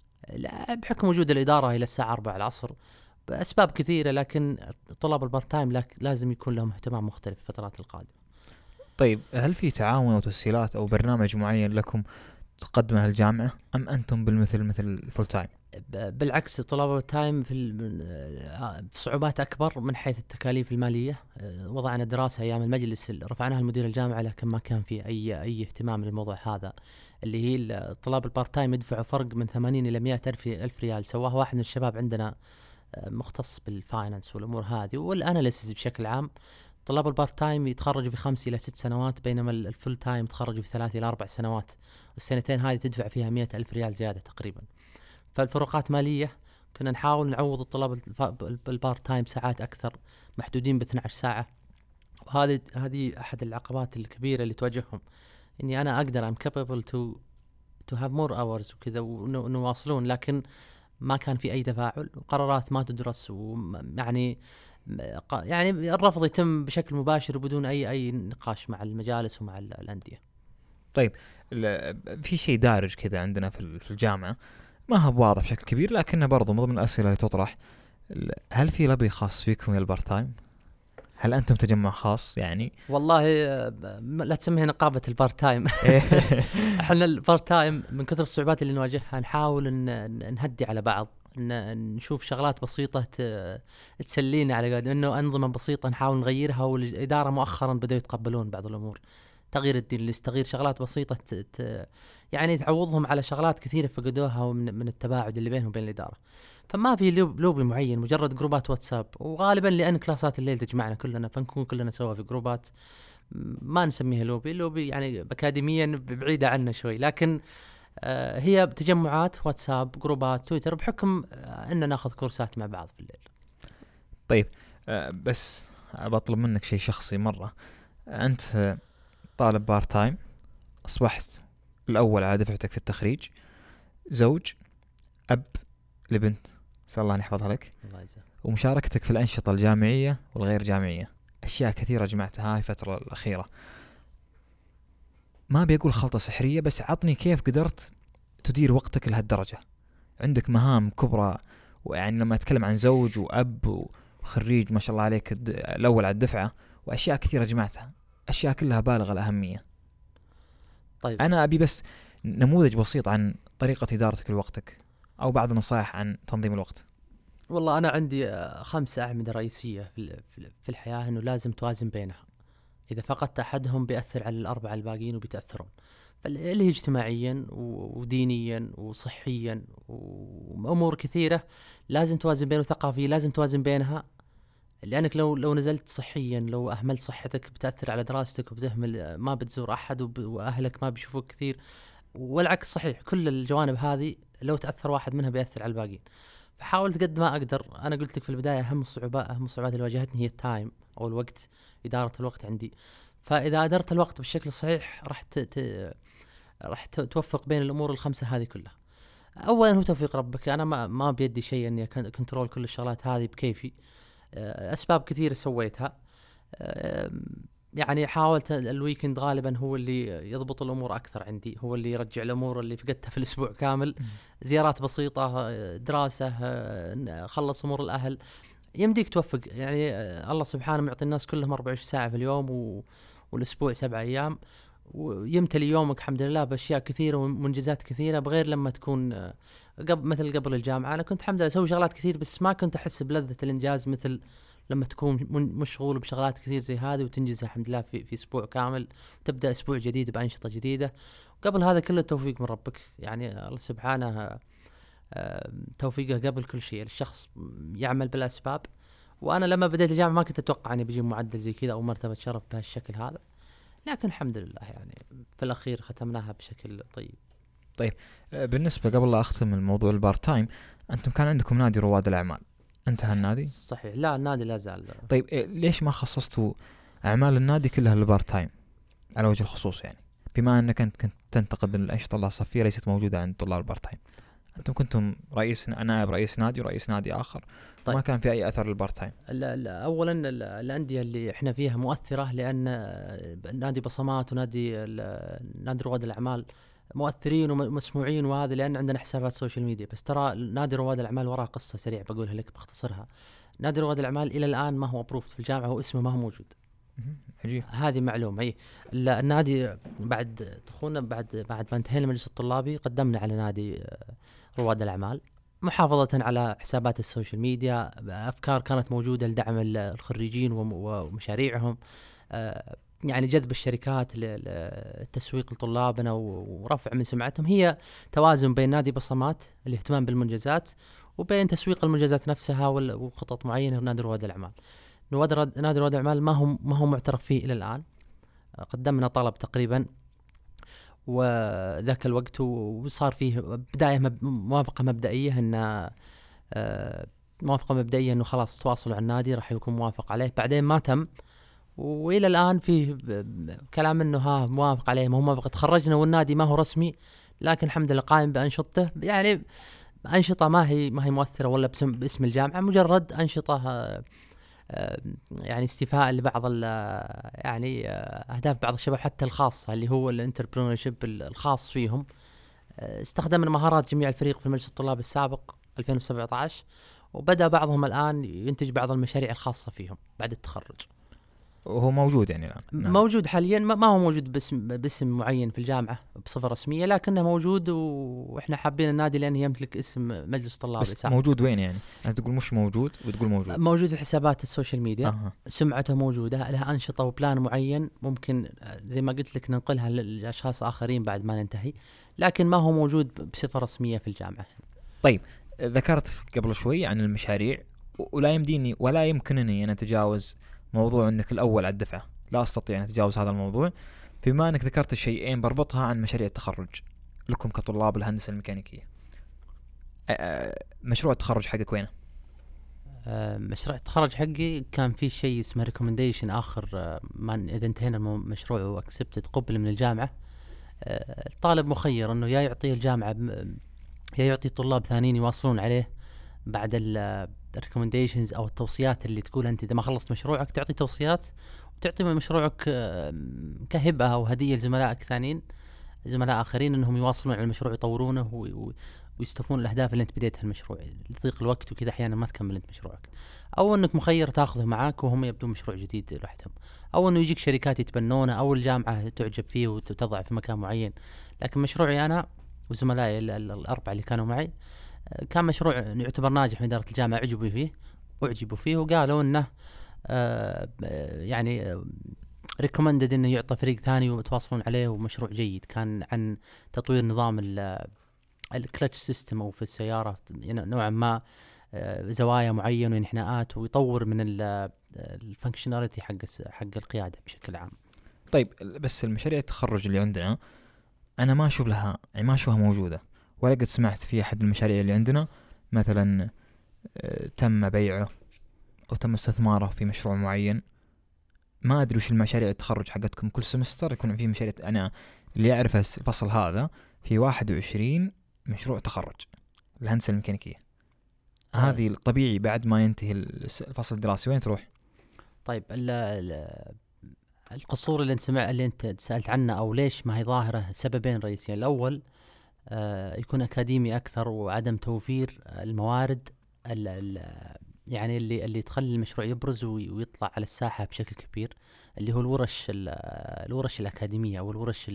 بحكم وجود الإدارة إلى الساعة أربعة العصر بأسباب كثيرة، لكن طلاب البارت تايم لازم يكون لهم اهتمام مختلف في الفترات القادمة. طيب هل في تعاون أو تسهيلات أو برنامج معين لكم تقدمه الجامعة أم أنتم بالمثل مثل فول تايم؟ بالعكس طلاب التايم في صعوبات أكبر من حيث التكاليف المالية. وضعنا دراسة أيام المجلس رفعناها لمدير الجامعة لكن ما كان في أي أي اهتمام للموضوع هذا، اللي هي الطلاب البارت تايم يدفعوا فرق من ثمانين إلى مئة ألف ريال. سواها واحد من الشباب عندنا مختص بالفاينانس والأمور هذه والأناليسيس بشكل عام. طلاب البارت تايم يتخرجوا في خمس إلى ست سنوات بينما الفول تايم يتخرجوا في ثلاث إلى أربع سنوات، السنتين هذه تدفع فيها مئة ألف ريال زيادة تقريبا. فالفروقات مالية. كنا نحاول نعوض الطلاب البارت تايم ساعات أكثر، محدودين ب اثنتي عشرة ساعة، وهذه هذه أحد العقبات الكبيرة اللي تواجههم. إني أنا أقدر I'm capable to to have more hours وكذا ونواصلون، لكن ما كان في أي تفاعل وقرارات ما تدرس، ويعني يعني الرفض يتم بشكل مباشر وبدون أي أي نقاش مع المجالس ومع الأندية. طيب في شيء دارج كذا عندنا في الجامعة ما هو واضح بشكل كبير لكنه برضو من ضمن الأسئلة اللي تطرح، هل في لبي خاص فيكم يا البارت تايم؟ هل أنتم تجمع خاص يعني؟ والله لا تسميها نقابة البارت تايم. احنا البارت تايم من كثر الصعوبات اللي نواجهها نحاول ان نهدي على بعض، ان نشوف شغلات بسيطة تسلينا على قد انه أنظمة بسيطة نحاول نغيرها، والإدارة مؤخرا بدأوا يتقبلون بعض الأمور، تغيير الدين ليست، تغيير شغلات بسيطة ت... يعني تعوضهم على شغلات كثيرة فقدوها من, من التباعد اللي بينهم وبين الإدارة. فما في لوبي معين، مجرد جروبات واتساب، وغالبا لأن كلاسات الليل تجمعنا كلنا فنكون كلنا سوا في جروبات ما نسميها لوبي لوبي يعني أكاديميا بعيدة عنا شوي، لكن آه هي تجمعات واتساب جروبات تويتر بحكم آه أننا ناخذ كورسات مع بعض في الليل. طيب آه بس بطلب منك شيء شخصي مرة، أنت طالب بارت تايم، أصبحت الأول على دفعتك في التخريج، زوج، أب لبنت سأل الله أن يحفظها لك، الله يجزاك، ومشاركتك في الأنشطة الجامعية والغير جامعية، أشياء كثيرة جمعتها هاي الفترة الأخيرة. ما بيقول خلطة سحرية، بس عطني كيف قدرت تدير وقتك لهالدرجة؟ عندك مهام كبرى، ويعني لما أتكلم عن زوج وأب وخريج ما شاء الله عليك الأول على الدفعة، وأشياء كثيرة جمعتها، أشياء كلها بالغة الأهمية. طيب أنا أبي بس نموذج بسيط عن طريقة إدارتك لوقتك أو بعض النصائح عن تنظيم الوقت. والله أنا عندي خمسة أعمدة رئيسية في الحياة إنه لازم توازن بينها، إذا فقدت أحدهم بيأثر على الأربعة الباقيين وبيتأثرون، فاللي هي اجتماعيا ودينيا وصحيا وأمور كثيرة لازم توازن بينه، ثقافيا لازم توازن بينها، لأنك لو لو نزلت صحيا، لو أهملت صحتك بتأثر على دراستك وبتهمل، ما بتزور أحد وأهلك ما بيشوفوك كثير، والعكس صحيح، كل الجوانب هذه لو تأثر واحد منها بيأثر على الباقيين. فحاولت قد ما أقدر، أنا قلت لك في البداية أهم الصعوبات أهم الصعوبات اللي واجهتني هي التايم أو الوقت، إدارة الوقت عندي. فإذا أدرت الوقت بالشكل الصحيح راح ت... راح توفق بين الأمور الخمسة هذه كلها. أولا هو توفيق ربك، أنا ما ما بيدي شيء إني كنترول كل الشغلات هذه بكيفي، أسباب كثيرة سويتها، يعني حاولت الويكند غالبا هو اللي يضبط الامور اكثر عندي، هو اللي يرجع الامور اللي فقدتها في الاسبوع كامل. زيارات بسيطه، دراسه، خلص امور الاهل. يمديك توفق يعني، الله سبحانه معطي الناس كلهم أربعة وعشرين ساعه في اليوم و... والاسبوع سبعة ايام، ويمتلي يومك الحمد لله باشياء كثيره ومنجزات كثيره، بغير لما تكون قبل، مثل قبل الجامعه. انا كنت الحمد لله اسوي شغلات كثير بس ما كنت احس بلذه الانجاز مثل لما تكون مشغول بشغلات كثير زي هذه وتنجزها الحمد لله في في اسبوع كامل، وتبدا اسبوع جديد بانشطه جديده. قبل هذا كله توفيق من ربك، يعني الله سبحانه توفيقه قبل كل شيء. الشخص يعمل بالاسباب، وانا لما بديت الجامعه ما كنت اتوقع اني بجيب معدل زي كذا او مرتبه شرف بهالشكل هذا، لكن الحمد لله يعني في الاخير ختمناها بشكل طيب. طيب بالنسبه قبل لا اختم الموضوع البارت تايم، انتم كان عندكم نادي رواد الاعمال، انتهى النادي؟ صحيح، لا النادي لا زال. طيب ليش ما خصصتوا اعمال النادي كلها للبارت تايم على وجه الخصوص؟ يعني بما انك انت كنت تنتقد الانشطه الصفيه ليست موجوده عند طلاب البارت تايم، انتم كنتم رئيس نائب رئيس نادي ورئيس نادي اخر، طيب. ما كان في اي اثر للبارت تايم. لا لا اولا الانديه اللي احنا فيها مؤثره، لان نادي بصمات ونادي نادي رواد الاعمال مؤثرين ومسموعين، وهذا لان عندنا حسابات سوشيال ميديا. بس ترى نادي رواد الاعمال وراه قصه سريعه بقولها لك باختصرها. نادي رواد الاعمال الى الان ما هو ابروفد في الجامعه، هو اسمه ما هو موجود. عجيب. هذه معلومه. اي النادي بعد دخولنا بعد بعد ما انتهينا المجلس الطلابي قدمنا على نادي رواد الاعمال، محافظة على حسابات السوشيال ميديا. أفكار كانت موجودة لدعم الخريجين ومشاريعهم، يعني جذب الشركات للتسويق لطلابنا ورفع من سمعتهم. هي توازن بين نادي بصمات الاهتمام بالمنجزات وبين تسويق المنجزات نفسها وخطط معينة ونادي رواد الأعمال. نادي رواد الأعمال ما هو ما هو معترف فيه إلى الآن. قدمنا طلب تقريبا وذاك الوقت وصار فيه بداية مب... موافقة مبدئية إن آه موافقة مبدئية إنه خلاص تواصلوا على النادي راح يكون موافق عليه. بعدين ما تم، وإلى الآن فيه كلام إنه ها موافق عليه ما هو موافق. تخرجنا والنادي ما هو رسمي، لكن الحمد لله قائم بأنشطته، يعني أنشطة ما هي ما هي مؤثرة ولا باسم, باسم الجامعة، مجرد أنشطة آه يعني استيفاء لبعض يعني أهداف بعض الشباب حتى الخاصة اللي هو الانتربرونورشيب الخاص فيهم. استخدمنا مهارات جميع الفريق في مجلس الطلاب السابق ألفين وسبعة عشر، وبدأ بعضهم الآن ينتج بعض المشاريع الخاصة فيهم بعد التخرج. وهو موجود يعني الآن؟ موجود حاليا، ما هو موجود باسم باسم معين في الجامعة بصفة رسمية، لكنه موجود وإحنا حابين النادي لأنه يمتلك اسم مجلس طلاب. بس موجود وين يعني؟ أنت تقول مش موجود وتقول موجود؟ موجود في حسابات السوشيال ميديا. أه. سمعته موجودة، لها أنشطة وبلان معين ممكن زي ما قلت لك ننقلها للأشخاص آخرين بعد ما ننتهي، لكن ما هو موجود بصفة رسمية في الجامعة. طيب ذكرت قبل شوي عن المشاريع، ولا يمديني ولا يمكنني أن أتجاوز موضوع أنك الأول على الدفعة، لا أستطيع أن أتجاوز هذا الموضوع بما أنك ذكرت الشيئين بربطها عن مشاريع التخرج لكم كطلاب الهندسة الميكانيكية. مشروع التخرج حقك وينه؟ مشروع التخرج حقي كان في شيء اسمه ريكومنديشن آخر ما إذا انتهينا المشروع وأكسبتد قبل من الجامعة. الطالب مخير أنه يا يعطيه الجامعة يا يعطي طلاب ثانيين يواصلون عليه بعد الريكومنديشنز أو التوصيات اللي تقول أنت إذا ما خلصت مشروعك تعطي توصيات وتعطي مشروعك كهبة أو هدية لزملائك ثانيين، زملاء آخرين أنهم يواصلون على المشروع يطورونه و ويستفون الأهداف اللي أنت بديتها المشروع. لضيق الوقت وكذا أحيانا ما تكمل أنت مشروعك، أو أنك مخير تأخذه معاك وهم يبدون مشروع جديد لوحدهم، أو أنه يجيك شركات يتبنونه أو الجامعة تعجب فيه وتضع في مكان معين. لكن مشروعي أنا وزملائي الأربعة اللي كانوا معي كان مشروع يعتبر ناجح من إدارة الجامعة، عجبوا فيه وعجبوا فيه وقالوا أنه آه يعني ريكومندد أنه يعطى فريق ثاني وتواصلون عليه، ومشروع جيد كان عن تطوير نظام الكلتش سيستم او في السياره نوعا ما زوايا معينه وانحناءات، ويطور من الفانكشناليتي حق حق القياده بشكل عام. طيب بس المشاريع التخرج اللي عندنا انا ما اشوف لها يعني ما اشوفها موجوده، ولا قد سمعت في احد المشاريع اللي عندنا مثلا تم بيعه او تم استثماره في مشروع معين. ما ادري وش المشاريع التخرج حقتكم. كل سمستر يكون فيه مشاريع، انا اللي اعرف الفصل هذا في واحد وعشرين مشروع تخرج الهندسة الميكانيكية. آه. هذه الطبيعي بعد ما ينتهي الفصل الدراسي وين تروح؟ طيب ال ال القصور اللي انت سمع اللي انت سألت عنه او ليش ما هي ظاهرة، سببين رئيسيين. الاول آه يكون اكاديمي اكثر وعدم توفير الموارد ال ال يعني اللي اللي تخلي المشروع يبرز وي- ويطلع على الساحة بشكل كبير، اللي هو الورش ال- الورش الأكاديمية او الورش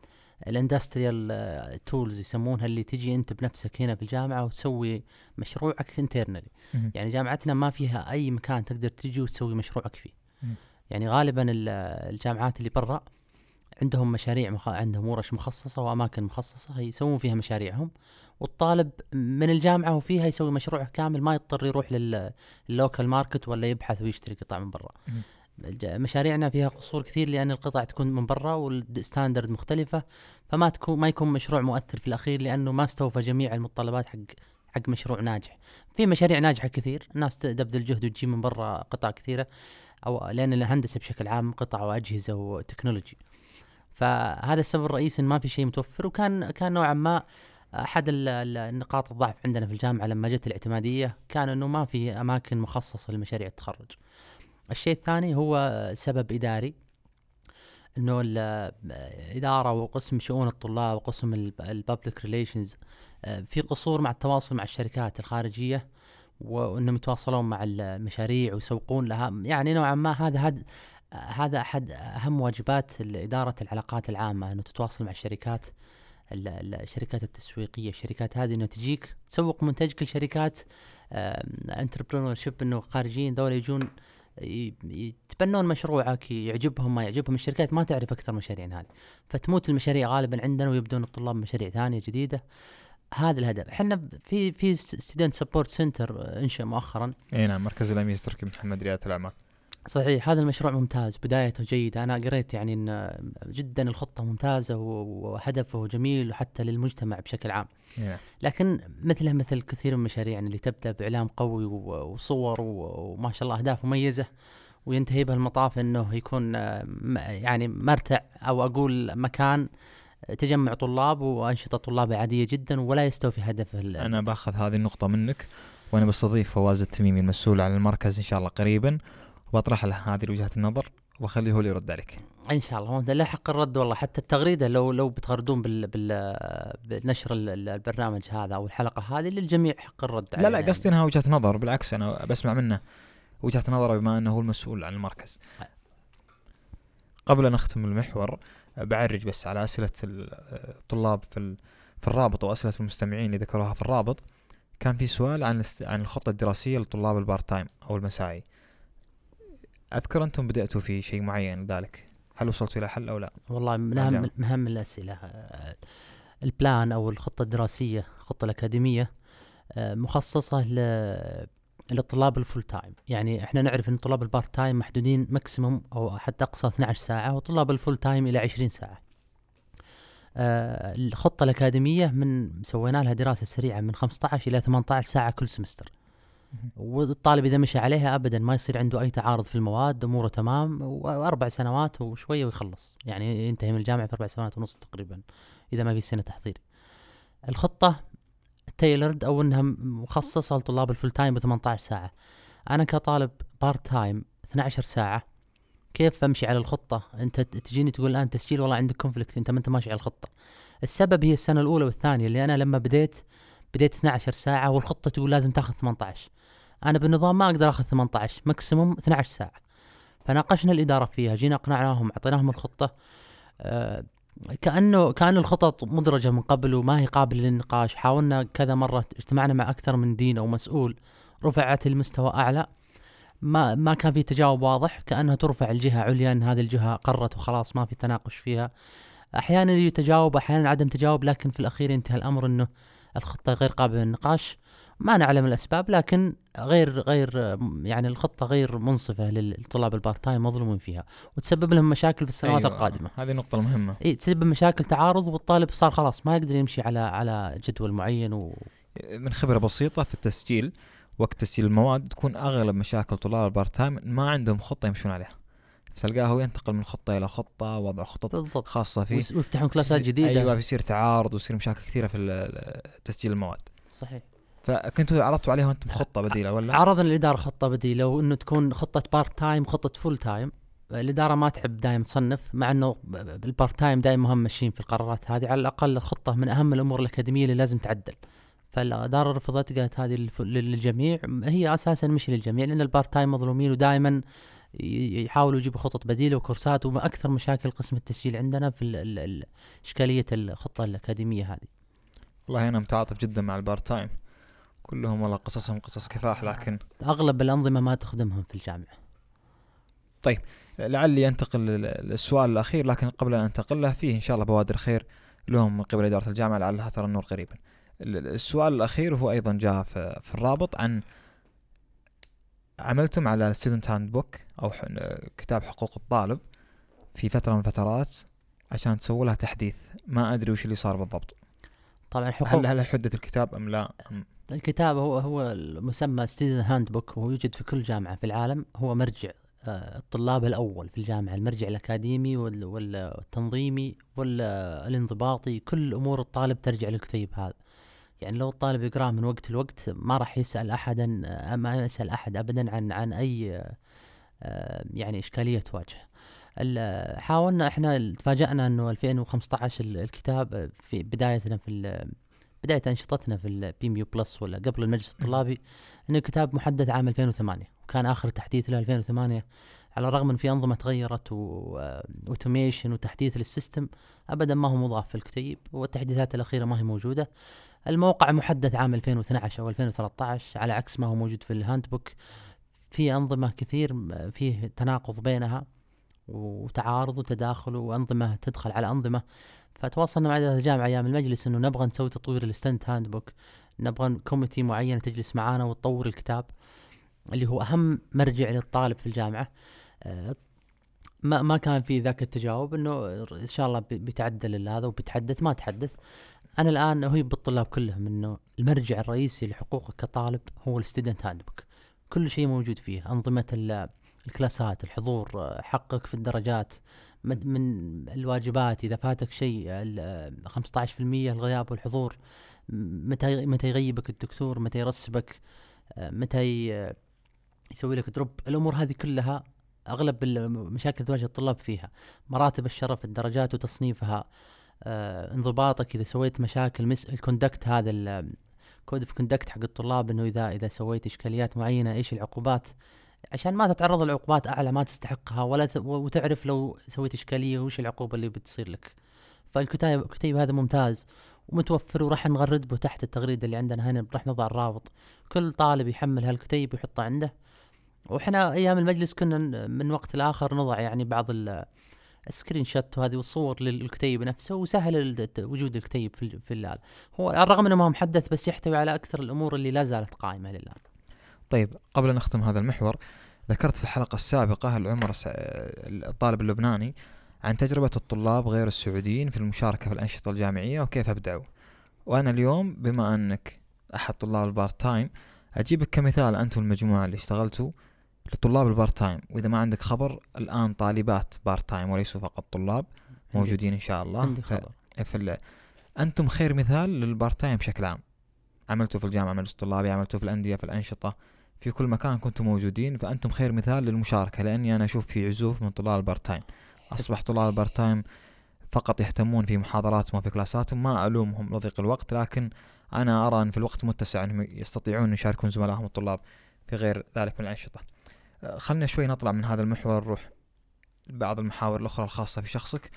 الاندستريال تولز يسمونها، اللي تجي انت بنفسك هنا في الجامعة وتسوي مشروعك انترنالي. مهم. يعني جامعتنا ما فيها اي مكان تقدر تجي وتسوي مشروعك فيه. مم. يعني غالبا ال- الجامعات اللي برا عندهم مشاريع مخ... عندهم ورش مخصصة وأماكن مخصصة يسوون فيها مشاريعهم، والطالب من الجامعة وفيها يسوي مشروع كامل، ما يضطر يروح لل- لللوكال ماركت ولا يبحث ويشتري قطع من برا. مم. الج- مشاريعنا فيها قصور كثير لأن القطع تكون من برا والستاندرد مختلفة، فما تكون ما يكون مشروع مؤثر في الأخير لأنه ما استوفى جميع المتطلبات حق حق مشروع ناجح. في مشاريع ناجحة كثير، الناس تبذل جهد وتجيب من برا قطع كثيرة، أو لأن الهندسة بشكل عام قطع وأجهزة وتكنولوجي. فهذا السبب الرئيسي إن ما في شيء متوفر. وكان كان نوعا ما أحد ال- ال- النقاط الضعف عندنا في الجامعة لما جت الاعتمادية، كان إنه ما في أماكن مخصصة لمشاريع التخرج. الشيء الثاني هو سبب إداري، إنه الإدارة وقسم شؤون الطلاب وقسم البابليك ريليشنز في قصور مع التواصل مع الشركات الخارجية، وانهم يتواصلون مع المشاريع ويسوقون لها. يعني نوعا ما هذا هذا هذا احد اهم واجبات اداره العلاقات العامه، انه تتواصل مع الشركات ال- ال- الشركات التسويقيه، الشركات هذه انه تجيك تسوق منتجك لشركات انتربرونور شيب، انه خارجيين ذولا يجون ي- يتبنون مشروعك، يعجبهم ما يعجبهم. الشركات ما تعرف اكثر مشاريع هذه، فتموت المشاريع غالبا عندنا ويبدون الطلاب مشاريع ثانيه جديده. هذا الهدف. احنا في في ستودنت سبورت سنتر انشأ مؤخرا. اي نعم، مركز الامير تركي محمد رياده الاعمال. صحيح، هذا المشروع ممتاز، بدايته جيدة. أنا قريت يعني إن جدا الخطة ممتازة وهدفه جميل وحتى للمجتمع بشكل عام. إي نعم. لكن مثله مثل كثير من المشاريع اللي تبدأ بإعلام قوي و- وصور و- وما شاء الله أهداف مميزة، وينتهي بهالمطاف إنه يكون آه، م- يعني مرتع أو أقول مكان تجمع طلاب وأنشطة طلاب عادية جدا ولا يستوفي هدف ال- انا باخذ هذه النقطه منك، وانا بستضيف فواز التميمي المسؤول عن المركز ان شاء الله قريبا، وبطرح له هذه وجهة النظر وخليه هو اللي يرد عليك ان شاء الله. لا حق الرد والله، حتى التغريده لو لو بتغردون بال بال بنشر ال- ال- البرنامج هذا او الحلقه هذه للجميع حق الرد. لا لا عليها قصدي انها وجهة نظر، بالعكس انا بسمع منه وجهة نظره بما انه هو المسؤول عن المركز. قبل ان نختم المحور بعرج بس على اسئله الطلاب في ال- في الرابط واسئله المستمعين اللي ذكروها في الرابط. كان في سؤال عن الاست- عن الخطه الدراسيه لطلاب البارت تايم او المساعي. اذكر انتم بداتوا في شيء معين لذلك، هل وصلتوا الى حل او لا؟ والله من نعم. اهم من اهم الاسئله. آه، البلان او الخطه الدراسيه، الخطه الاكاديميه آه، مخصصه ل للطلاب الفول تايم. يعني احنا نعرف ان طلاب البارت تايم محدودين ماكسيموم او حتى اقصى اثنتي عشرة ساعه، وطلاب الفول تايم الى عشرين ساعه. آه، الخطه الاكاديميه من سوينا لها دراسه سريعه من خمسة عشر الى ثمانية عشر ساعه كل سمستر، والطالب اذا مشى عليها ابدا ما يصير عنده اي تعارض في المواد، اموره تمام، واربع سنوات وشويه ويخلص، يعني ينتهي من الجامعه في اربع سنوات ونص تقريبا اذا ما في سنه تحضيري. الخطه تailored او انها مخصصه لطلاب الفول تايم ب ثمانية عشر ساعه. انا كطالب بارت تايم اثنتي عشرة ساعه كيف امشي على الخطه؟ انت تجيني تقول الان تسجيل والله عندك كونفليكت، انت ما انت ماشي على الخطه. السبب هي السنه الاولى والثانيه اللي انا لما بديت بديت اثنتي عشرة ساعه والخطه تقول لازم تاخذ ثمانية عشر. انا بالنظام ما اقدر اخذ ثمانية عشر، ماكسيموم اثنتي عشر ساعه. فناقشنا الاداره فيها، جينا اقنعناهم، اعطيناهم الخطه آه كانه كان الخطط مدرجه من قبل وما هي قابله للنقاش. حاولنا كذا مره، اجتمعنا مع اكثر من دين او مسؤول، رفعت المستوى اعلى، ما ما كان في تجاوب واضح، كانها ترفع الجهه عليا ان هذه الجهه قررت وخلاص ما في تناقش فيها. احيانا يجي تجاوب، احيانا عدم تجاوب، لكن في الاخير ينتهي الامر انه الخطه غير قابله للنقاش. ما نعلم الاسباب، لكن غير غير يعني الخطه غير منصفه للطلاب البارت تايم، مظلومين فيها وتسبب لهم مشاكل في السنوات أيوة، القادمه. هذه نقطه مهمه. اي تسبب مشاكل تعارض، والطالب صار خلاص ما يقدر يمشي على على جدول معين. و... من خبره بسيطه في التسجيل، وقت تسجيل المواد تكون اغلب مشاكل طلاب البارت تايم ما عندهم خطه يمشون عليها، فتلقاه هو ينتقل من خطه الى خطه، وضع خطط بالضبط. خاصه فيه، ويس- ويفتحون كلاسات جديده. ايوه بيصير تعارض ويصير مشاكل كثيره في ال- تسجيل المواد. صحيح. فكنتوا عرضتوا عليها وانتم خطه بديله ولا؟ عرضنا الاداره خطه بديله، وانه تكون خطه بارت تايم خطه فول تايم. الإدارة ما تحب دائما تصنف، مع أنه بالبارت تايم دائما مهم ماشيين في القرارات هذه. على الأقل خطة من أهم الأمور الأكاديمية اللي لازم تعدل. فالإدارة رفضت، قالت هذه الف- للجميع. هي أساسا مش للجميع، لأن البارت تايم مظلومين، ودائما ي- يحاولوا يجيبوا خطط بديلة وكورسات. وما أكثر مشاكل قسم التسجيل عندنا في ال- ال- ال- إشكالية الخطة الأكاديمية هذه. والله أنا متعاطف جدا مع البارت تايم، كلهم والله قصصهم قصص كفاح، لكن أغلب الأنظمة ما تخدمهم في الجامعة. لعلي أنتقل للسؤال الأخير، لكن قبل أن أنتقل له فيه إن شاء الله بوادر خير لهم من قبل إدارة الجامعة لعلها ترى النور قريبا. السؤال الأخير هو أيضا جاء في, في الرابط عن عملتم على student handbook أو كتاب حقوق الطالب في فترة من الفترات عشان تسووا لها تحديث، ما أدري وش اللي صار بالضبط. طبعا حقوق هل هل حدث الكتاب أم لا؟ أم الكتاب هو هو المسمى student handbook، وهو يوجد في كل جامعة في العالم. هو مرجع آه، الطلاب الأول في الجامعة، المرجع الأكاديمي وال- والتنظيمي والانضباطي. كل أمور الطالب ترجع للكتيب هذا. يعني لو الطالب يقرأ من وقت لوقت ما راح يسأل أحدا، آه، ما يسأل أحد أبدا عن عن أي آه، يعني إشكالية تواجه. ال- حاولنا إحنا، تفاجأنا إنه ألفين وخمسة عشر ال- الكتاب في بدايتنا في ال- بداية أنشطتنا في البيميو بلس ولا قبل المجلس الطلابي، إنه الكتاب محدث عام ألفين وثمانية، وكان آخر تحديث له ألفين وثمانية. على الرغم من في أنظمة تغيرت وأوتوميشن وتحديث للسيستم، أبدا ما هو مضاف في الكتيب، والتحديثات الأخيرة ما هي موجودة. الموقع محدث عام ألفين واثني عشر أو ألفين وثلاثة عشر على عكس ما هو موجود في الهاندبوك. في أنظمة كثير م- فيه تناقض بينها وتعارض وتداخل، وأنظمة تدخل على أنظمة. فتواصلنا مع إدارة الجامعة أيام المجلس إنه نبغى نسوي تطوير الستودنت هاندبوك، نبغى كوميتي معينة تجلس معانا وتطور الكتاب اللي هو أهم مرجع للطالب في الجامعة. آه، ما ما كان في ذاك التجاوب إنه إن شاء الله بي- بيتعدل هذا وبيتحدث. ما تحدث. أنا الآن أهيب بالطلاب كلهم إنه المرجع الرئيسي لحقوقك كطالب هو الستودنت هاندبوك. كل شيء موجود فيه، أنظمة ال- الكلاسات، الحضور، آه، حقك في الدرجات، من من الواجبات إذا فاتك شيء، ال- خمسة عشر بالمئة الغياب والحضور، م- متى متى يغيبك الدكتور، متى يرسبك، آه، متى ي- يسوي لك دروب. الأمور هذه كلها أغلب المشاكل تواجه الطلاب فيها. مراتب الشرف، الدرجات وتصنيفها، آه، انضباطك إذا سويت مشاكل، مس الكوندكت هذا الكود اوف كوندكت حق الطلاب، إنه إذا إذا سويت إشكاليات معينة إيش العقوبات، عشان ما تتعرض لعقوبات أعلى ما تستحقها، ولا ت... وتعرف لو سويت إشكالية وش العقوبة اللي بتصير لك. فالكتاب الكتيب هذا ممتاز ومتوفر، وراح نغرد به تحت التغريدة اللي عندنا هنا، راح نضع الرابط. كل طالب يحمل هالكتيب ويحطه عنده. وإحنا أيام المجلس كنا ن- من وقت لآخر نضع يعني بعض ال- السكرين شوت وهذه والصور للكتيب نفسه، وسهل ال- الت- وجود الكتيب في ال- في ال- هو على الرغم انه ما هو محدث، بس يحتوي على اكثر الامور اللي لا زالت قائمه للان. طيب قبل أن نختم هذا المحور، ذكرت في الحلقة السابقة العمر الس- الطالب اللبناني عن تجربة الطلاب غير السعوديين في المشاركة في الأنشطة الجامعية وكيف أبدعوا. وأنا اليوم بما أنك أحد طلاب البارت تايم أجيبك كمثال، أنتم المجموعة اللي اشتغلتوا لطلاب البارت تايم، وإذا ما عندك خبر الآن طالبات بارت تايم وليسوا فقط طلاب موجودين إن شاء الله. عندي خبر. ف... أنتم خير مثال للبارت تايم بشكل عام. عملتوا في الجامعة مجلس الطلابي، عملتوا في الأندية، في الأنشطة، في كل مكان كنتم موجودين، فأنتم خير مثال للمشاركة. لأني أنا أشوف في عزوف من طلاب البارت تايم، أصبح طلاب البارت تايم فقط يهتمون في محاضراتهم وفي كلاساتهم. ما ألومهم لضيق الوقت، لكن أنا أرى أن في الوقت متسع أنهم يستطيعون أن يشاركون زملائهم الطلاب في غير ذلك من الأنشطة. خلنا شوي نطلع من هذا المحور، نروح بعض المحاور الأخرى الخاصة في شخصك.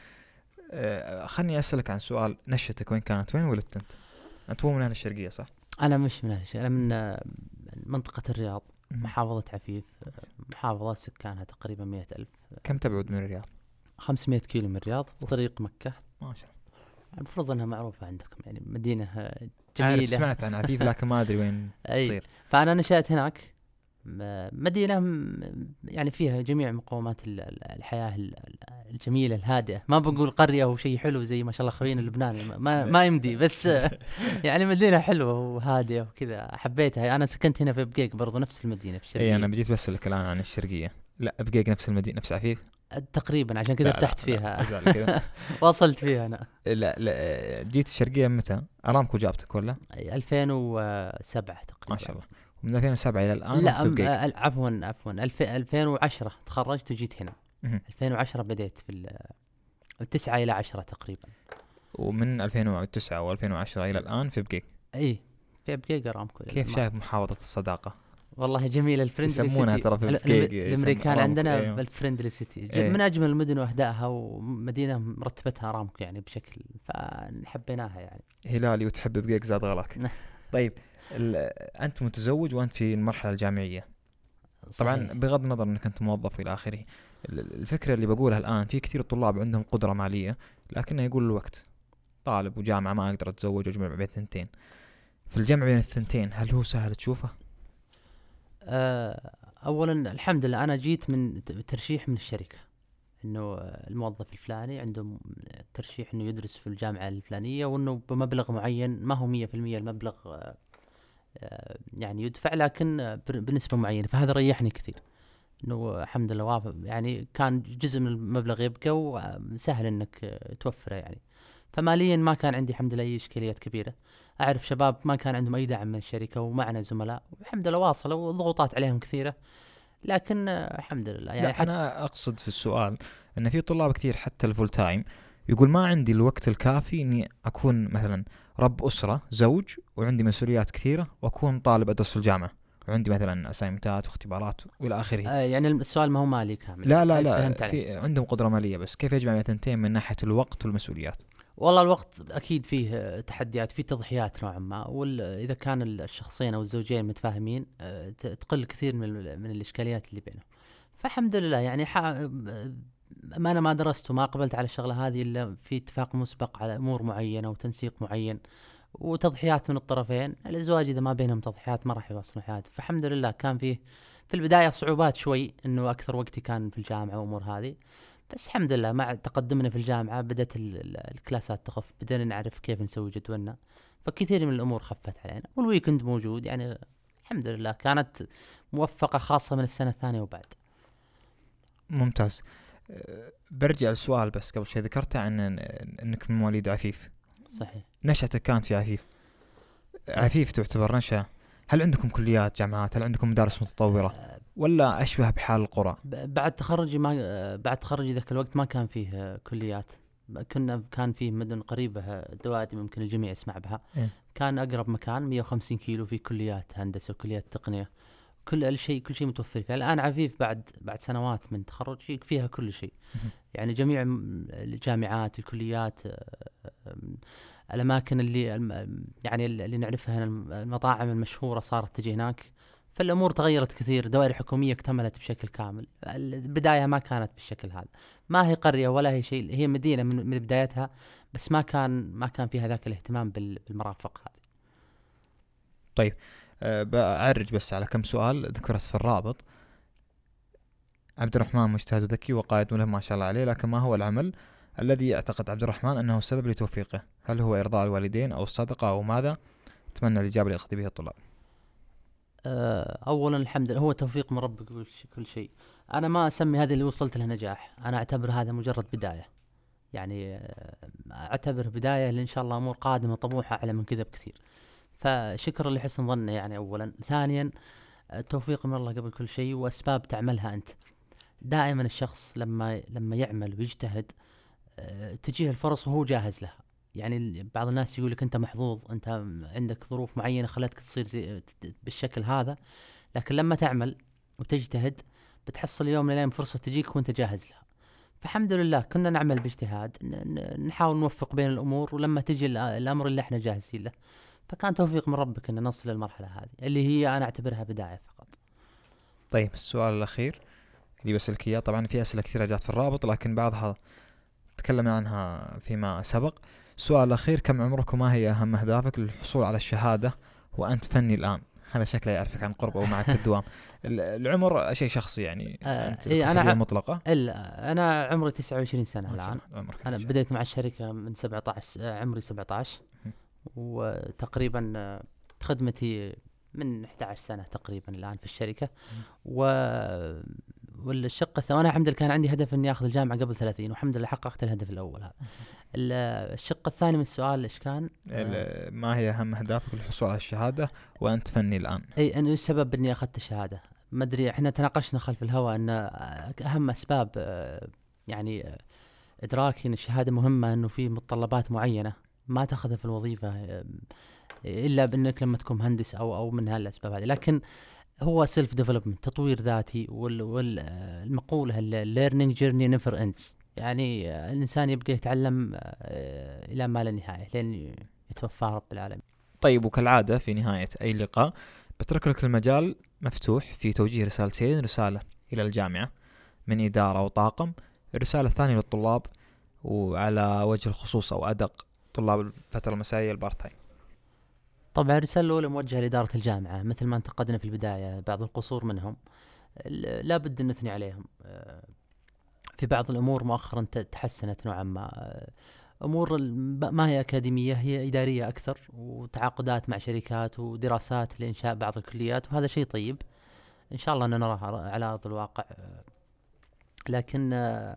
خلني أسألك عن سؤال، نشأتك وين كانت؟ وين ولدت أنت؟ أنت مو من أهل الشرقية صح؟ انا مش من هالشيء، انا من آه، منطقه الرياض، محافظه عفيف. محافظه سكانها تقريبا مئة ألف. كم تبعد من الرياض؟ خمسمئة كيلو من الرياض، طريق مكه. ما شاء الله. المفروض انها معروفه عندكم، يعني مدينه آه، عارف، جميله. سمعت عن عفيف لكن ما أدري وين أي. تصير. فانا نشأت هناك، م- مدينه م- يعني فيها جميع مقومات ال- ال- الحياه ال- ال- الجميله الهادئه. ما بقول قريه وشيء حلو زي ما شاء الله خوينا اللبناني، ما- ما ما يمدي، بس آه، يعني مدينه حلوه وهادئه وكذا، حبيتها. انا سكنت هنا في بقيق برضو، نفس المدينه في الشرقيه. اي انا بديت بسألك الان عن الشرقيه. لا بقيق نفس المدينة نفس عفيف تقريبا، عشان كذا لا، لا، ارتحت لا، فيها. أزعل كذا. وصلت فيها انا لا لا جيت الشرقيه متى؟ ارامكو جابتك ولا؟ ألفين وسبعة تقريبا. ما شاء الله. ومن ألفين وسبعة الى الان لا في بقيق. أم- عفوا عفوا ألف- ألفين وعشرة تخرجت وجيت هنا. ألفين وعشرة بديت في التسعة إلى عشرة تقريبا. ومن ألفين وتسعة و ألفين وعشرة إلى الآن في بقيق. إيه في بقيق أرامكو. كيف شايف محافظة الصداقة؟ والله جميلة الفريندلي سيتي. يسمونها ترى في بقيق الأمريكان عندنا بالفريندلي سيتي. إيه. من أجمل المدن وأهدائها ومدينة مرتبتها أرامكو يعني بشكل فنحبيناها يعني. هلالي وتحب بقيق زاد غلاك. طيب أنت متزوج وأنت في المرحلة الجامعية. طبعا صحيح. بغض النظر أنك أنت موظف إلى آخره. الفكرة اللي بقولها الآن في كثير طلاب عندهم قدرة مالية لكنه يقول الوقت طالب وجامعة ما أقدر أتزوج وأجمع بين الثنتين. في الجمع بين الثنتين هل هو سهل تشوفه؟ أه أولا الحمد لله أنا جيت من ترشيح من الشركة إنه الموظف الفلاني عنده ترشيح إنه يدرس في الجامعة الفلانية وإنه بمبلغ معين ما هو مية في المية المبلغ أه يعني يدفع لكن بنسبة معينة فهذا ريحني كثير إنه الحمد لله وافق يعني كان جزء من المبلغ يبقى وسهل إنك توفره يعني. فماليا ما كان عندي الحمد لله أي إشكاليات كبيرة. أعرف شباب ما كان عندهم أي دعم من الشركة ومعنا زملاء والحمد لله واصلوا والضغوطات عليهم كثيرة لكن الحمد لله يعني. لا أنا أقصد في السؤال أن في طلاب كثير حتى الفول تايم يقول ما عندي الوقت الكافي إني أكون مثلا رب أسرة زوج وعندي مسؤوليات كثيرة وأكون طالب أدرس في الجامعة وعندي مثلا أسايمتات واختبارات والى آخره. آه يعني السؤال ما هو مالي كامل. لا لا لا في عندهم قدرة مالية بس كيف يجمع بين الثنتين من ناحية الوقت والمسؤوليات؟ والله الوقت أكيد فيه تحديات فيه تضحيات نوعا ما وإذا كان الشخصين أو الزوجين متفاهمين تقل كثير من من الإشكاليات اللي بينهم. فالحمد لله يعني ما أنا ما درست وما قبلت على الشغلة هذه إلا في اتفاق مسبق على أمور معينة وتنسيق معين وتضحيات من الطرفين. الأزواج إذا ما بينهم تضحيات ما راح يواصلوا حياتهم. فالحمد لله كان فيه في البداية صعوبات شوي إنه أكثر وقتي كان في الجامعة وأمور هذه بس الحمد لله مع تقدمنا في الجامعة بدأت الكلاسات تخف بدأنا نعرف كيف نسوي جدولنا فكثير من الأمور خفت علينا والويكند موجود يعني الحمد لله كانت موفقة خاصة من السنة الثانية وبعد. ممتاز. برجع للسؤال بس قبل شيء ذكرت عن أنك من مواليد عفيف. صحيح. نشأتك كانت في عفيف. عفيف تعتبر نشأة. هل عندكم كليات جامعات؟ هل عندكم مدارس متطورة ولا أشبه بحال القرى؟ بعد تخرجي ما بعد تخرجي ذاك الوقت ما كان فيه كليات. كنا كان فيه مدن قريبة دوادي ممكن الجميع يسمع بها. إيه؟ كان أقرب مكان مية وخمسين كيلو في كليات هندسة وكليات تقنية كل الشيء كل شيء متوفر فيها. الآن عفيف بعد بعد سنوات من تخرج فيها كل شيء يعني جميع الجامعات الكليات الأماكن اللي يعني اللي نعرفها هنا المطاعم المشهورة صارت تجي هناك. فالأمور تغيرت كثير. دوائر حكومية اكتملت بشكل كامل. البداية ما كانت بالشكل هذا. ما هي قرية ولا هي شيء هي مدينة من, من بدايتها بس ما كان ما كان فيها ذاك الاهتمام بالمرافق هذه. طيب أه بأعرج بس على كم سؤال ذكرت في الرابط. عبد الرحمن مجتهد وذكي وقائد ملهم ما شاء الله عليه لكن ما هو العمل الذي يعتقد عبد الرحمن أنه سبب لتوفيقه؟ هل هو إرضاء الوالدين أو الصدقة أو ماذا؟ أتمنى الإجابة اللي يقضي بها الطلاب. أولا الحمد لله هو توفيق من رب كل شيء. أنا ما أسمي هذا اللي وصلت له نجاح. أنا أعتبر هذا مجرد بداية يعني أعتبر بداية لإن شاء الله أمور قادمة طموحة أعلى من كذا بكثير. فشكرا لحسن ظنه يعني أولا. ثانيا التوفيق من الله قبل كل شيء وأسباب تعملها أنت. دائما الشخص لما لما يعمل ويجتهد تجيه الفرص وهو جاهز لها. يعني بعض الناس يقول لك أنت محظوظ أنت عندك ظروف معينة خلتك تصير زي بالشكل هذا لكن لما تعمل وتجتهد بتحصل يوم من الأيام فرصة تجيك وأنت جاهز لها. فالحمد لله كنا نعمل باجتهاد نحاول نوفق بين الأمور ولما تجي الأمر اللي احنا جاهزين له فكان توفيق من ربك أن نصل للمرحلة هذه اللي هي أنا أعتبرها بداية فقط. طيب السؤال الأخير اللي بسألك إياه طبعا في أسئلة كثيرة جات في الرابط لكن بعضها تكلمنا عنها فيما سبق. السؤال الأخير كم عمرك وما هي أهم أهدافك للحصول على الشهادة وأنت فني الآن؟ هذا شكله يعرفك عن قرب أو معك الدوام. العمر شيء شخصي يعني آه أنت إيه أنا ع... مطلقة. إلا أنا عمري تسعة وعشرين سنة الآن. أنا شاء. بديت مع الشركة من سبعة عشر عمري سبعة عشر وتقريبا خدمتي من إحدى عشرة سنة تقريبا الآن في الشركة. و والشق الثاني أنا الحمد لله كان عندي هدف إني أخذ الجامعة قبل ثلاثين والحمد لله حققت الهدف الأول هذا. الشق الثاني من السؤال إيش كان؟ ما هي أهم أهدافك للحصول على الشهادة وأنت فني الآن؟ أي أنا السبب إني أخذت الشهادة ما ادري، احنا تناقشنا خلف الهواء ان اهم اسباب آه، يعني آه، ادراكي ان الشهاده مهمه، انه في متطلبات معينه ما تاخذها في الوظيفه آه، الا بانك لما تكون مهندس او او من هالاسباب هذه. لكن هو سيلف ديفلوبمنت، تطوير ذاتي، والمقوله الليرنينج جيرني نيفر اندز، يعني آه، الانسان يبقى يتعلم آه، الى ما لا نهايه لين يتوفى رب العالمين. طيب، وكالعادة في نهاية أي لقاء بترك لك المجال مفتوح في توجيه رسالتين: رسالة إلى الجامعة من إدارة وطاقم، الرسالة الثانية للطلاب، وعلى وجه الخصوص أو أدق طلاب الفترة المسائية البارت تايم. طبعا الرسالة الأولى موجهة لإدارة الجامعة، مثل ما انتقدنا في البداية بعض القصور منهم، ل- لا بد أن نثني عليهم. آه، في بعض الأمور مؤخرا ت- تحسنت نوعا ما، آه، أمور ال- ب- ما هي أكاديمية، هي إدارية أكثر، وتعاقدات مع شركات ودراسات لإنشاء بعض الكليات، وهذا شيء طيب إن شاء الله أن نراه على أرض الواقع. آه، لكن آه،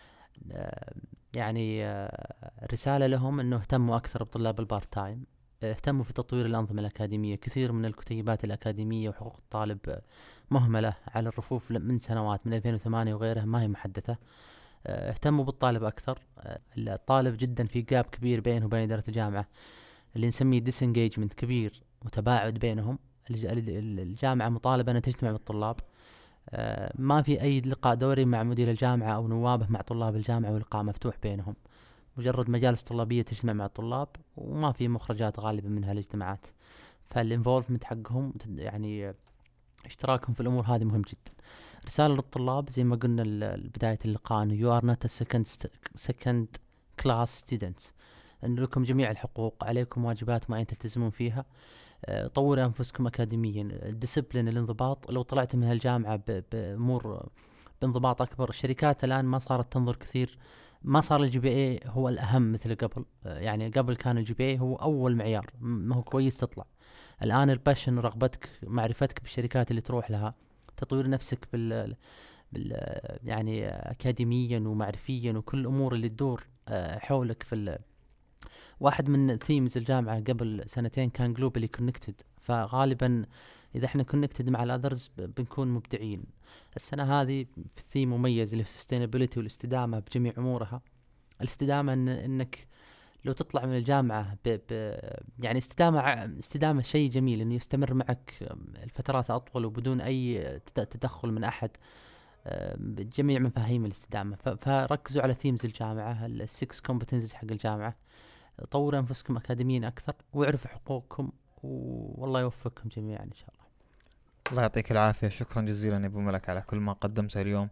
آه، يعني آه، رسالة لهم أنه اهتموا أكثر بطلاب البارت تايم، اهتموا في تطوير الأنظمة الأكاديمية. كثير من الكتيبات الأكاديمية وحقوق الطالب آه، مهملة على الرفوف ل- من سنوات، من ألفين وثمانية وغيرها، ما هي محدثة. اه، اهتموا بالطالب أكثر. اه، الطالب جدا في جاب كبير بينه وبين إدارة الجامعة، اللي نسميه disengagement كبير، متباعد بينهم. الج- ال- الجامعة مطالبة أن تجتمع بالطلاب. آه، ما في أي لقاء دوري مع مدير الجامعة أو نوابه مع طلاب الجامعة، ولقاء مفتوح بينهم، مجرد مجالس طلابية تجتمع مع الطلاب، وما في مخرجات غالبا من هالاجتماعات. فالانفولفمنت حقهم يعني اشتراكهم في الأمور هذه مهم جدا. رسالة للطلاب زي ما قلنا ال- بداية اللقاء، انه you are not a second, st- second class students، أن لكم جميع الحقوق، عليكم واجبات معينة تلتزمون فيها. آه، طوروا أنفسكم أكاديميا. الديسبلين، الانضباط، لو طلعتم من هالجامعة ب- بأمور بانضباط أكبر. الشركات الآن ما صارت تنظر كثير، ما صار الجي بي اي هو الأهم مثل قبل. آه، يعني قبل كان الجي بي اي هو أول معيار، م- ما هو كويس تطلع. الآن الباشن، رغبتك، معرفتك بالشركات اللي تروح لها، تطوير نفسك بال, بال يعني أكاديميا ومعرفيا، وكل الأمور اللي تدور آه، حولك في ال- واحد من ثيمز الجامعة قبل سنتين كان جلوبالي كونكتد، فغالبا إذا احنا كونكتد مع الأذرز بنكون مبدعين. السنة هذه في الثيم مميز اللي هو sustainability والاستدامة بجميع أمورها. الاستدامة إن إنك لو تطلع من الجامعة ب ب يعني استدامة ع- استدامة شيء جميل، إنه يستمر معك الفترات أطول وبدون أي تد- تدخل من أحد، آه، بجميع مفاهيم الاستدامة. ف- فركزوا على ثيمز الجامعة، السكس كومبتنسز حق الجامعة. طوروا أنفسكم أكاديميين أكثر، واعرفوا حقوقكم، والله يوفقكم جميعا إن شاء الله. الله يعطيك العافية، شكرا جزيلا يا أبو ملك على كل ما قدمته اليوم.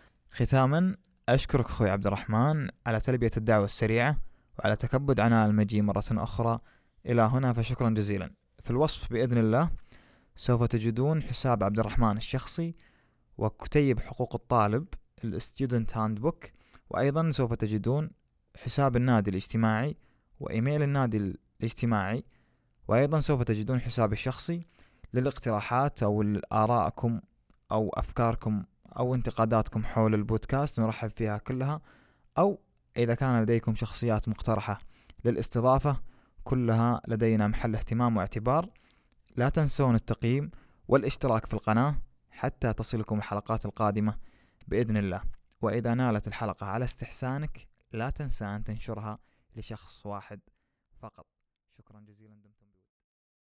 ختاما أشكرك أخوي عبد الرحمن على تلبية الدعوة السريعة وعلى تكبد عناء المجيء مرة أخرى إلى هنا، فشكرا جزيلا. في الوصف بإذن الله سوف تجدون حساب عبد الرحمن الشخصي، وكتيب حقوق الطالب الستودنت هاندبوك، وأيضا سوف تجدون حساب النادي الاجتماعي وإيميل النادي الاجتماعي، وأيضا سوف تجدون حسابي الشخصي للاقتراحات أو آرائكم أو أفكاركم أو انتقاداتكم حول البودكاست، نرحب فيها كلها. أو إذا كان لديكم شخصيات مقترحة للاستضافة، كلها لدينا محل اهتمام واعتبار. لا تنسون التقييم والاشتراك في القناة حتى تصلكم الحلقات القادمة بإذن الله. وإذا نالت الحلقة على استحسانك لا تنسى أن تنشرها لشخص واحد فقط. شكرا جزيلا. دمتم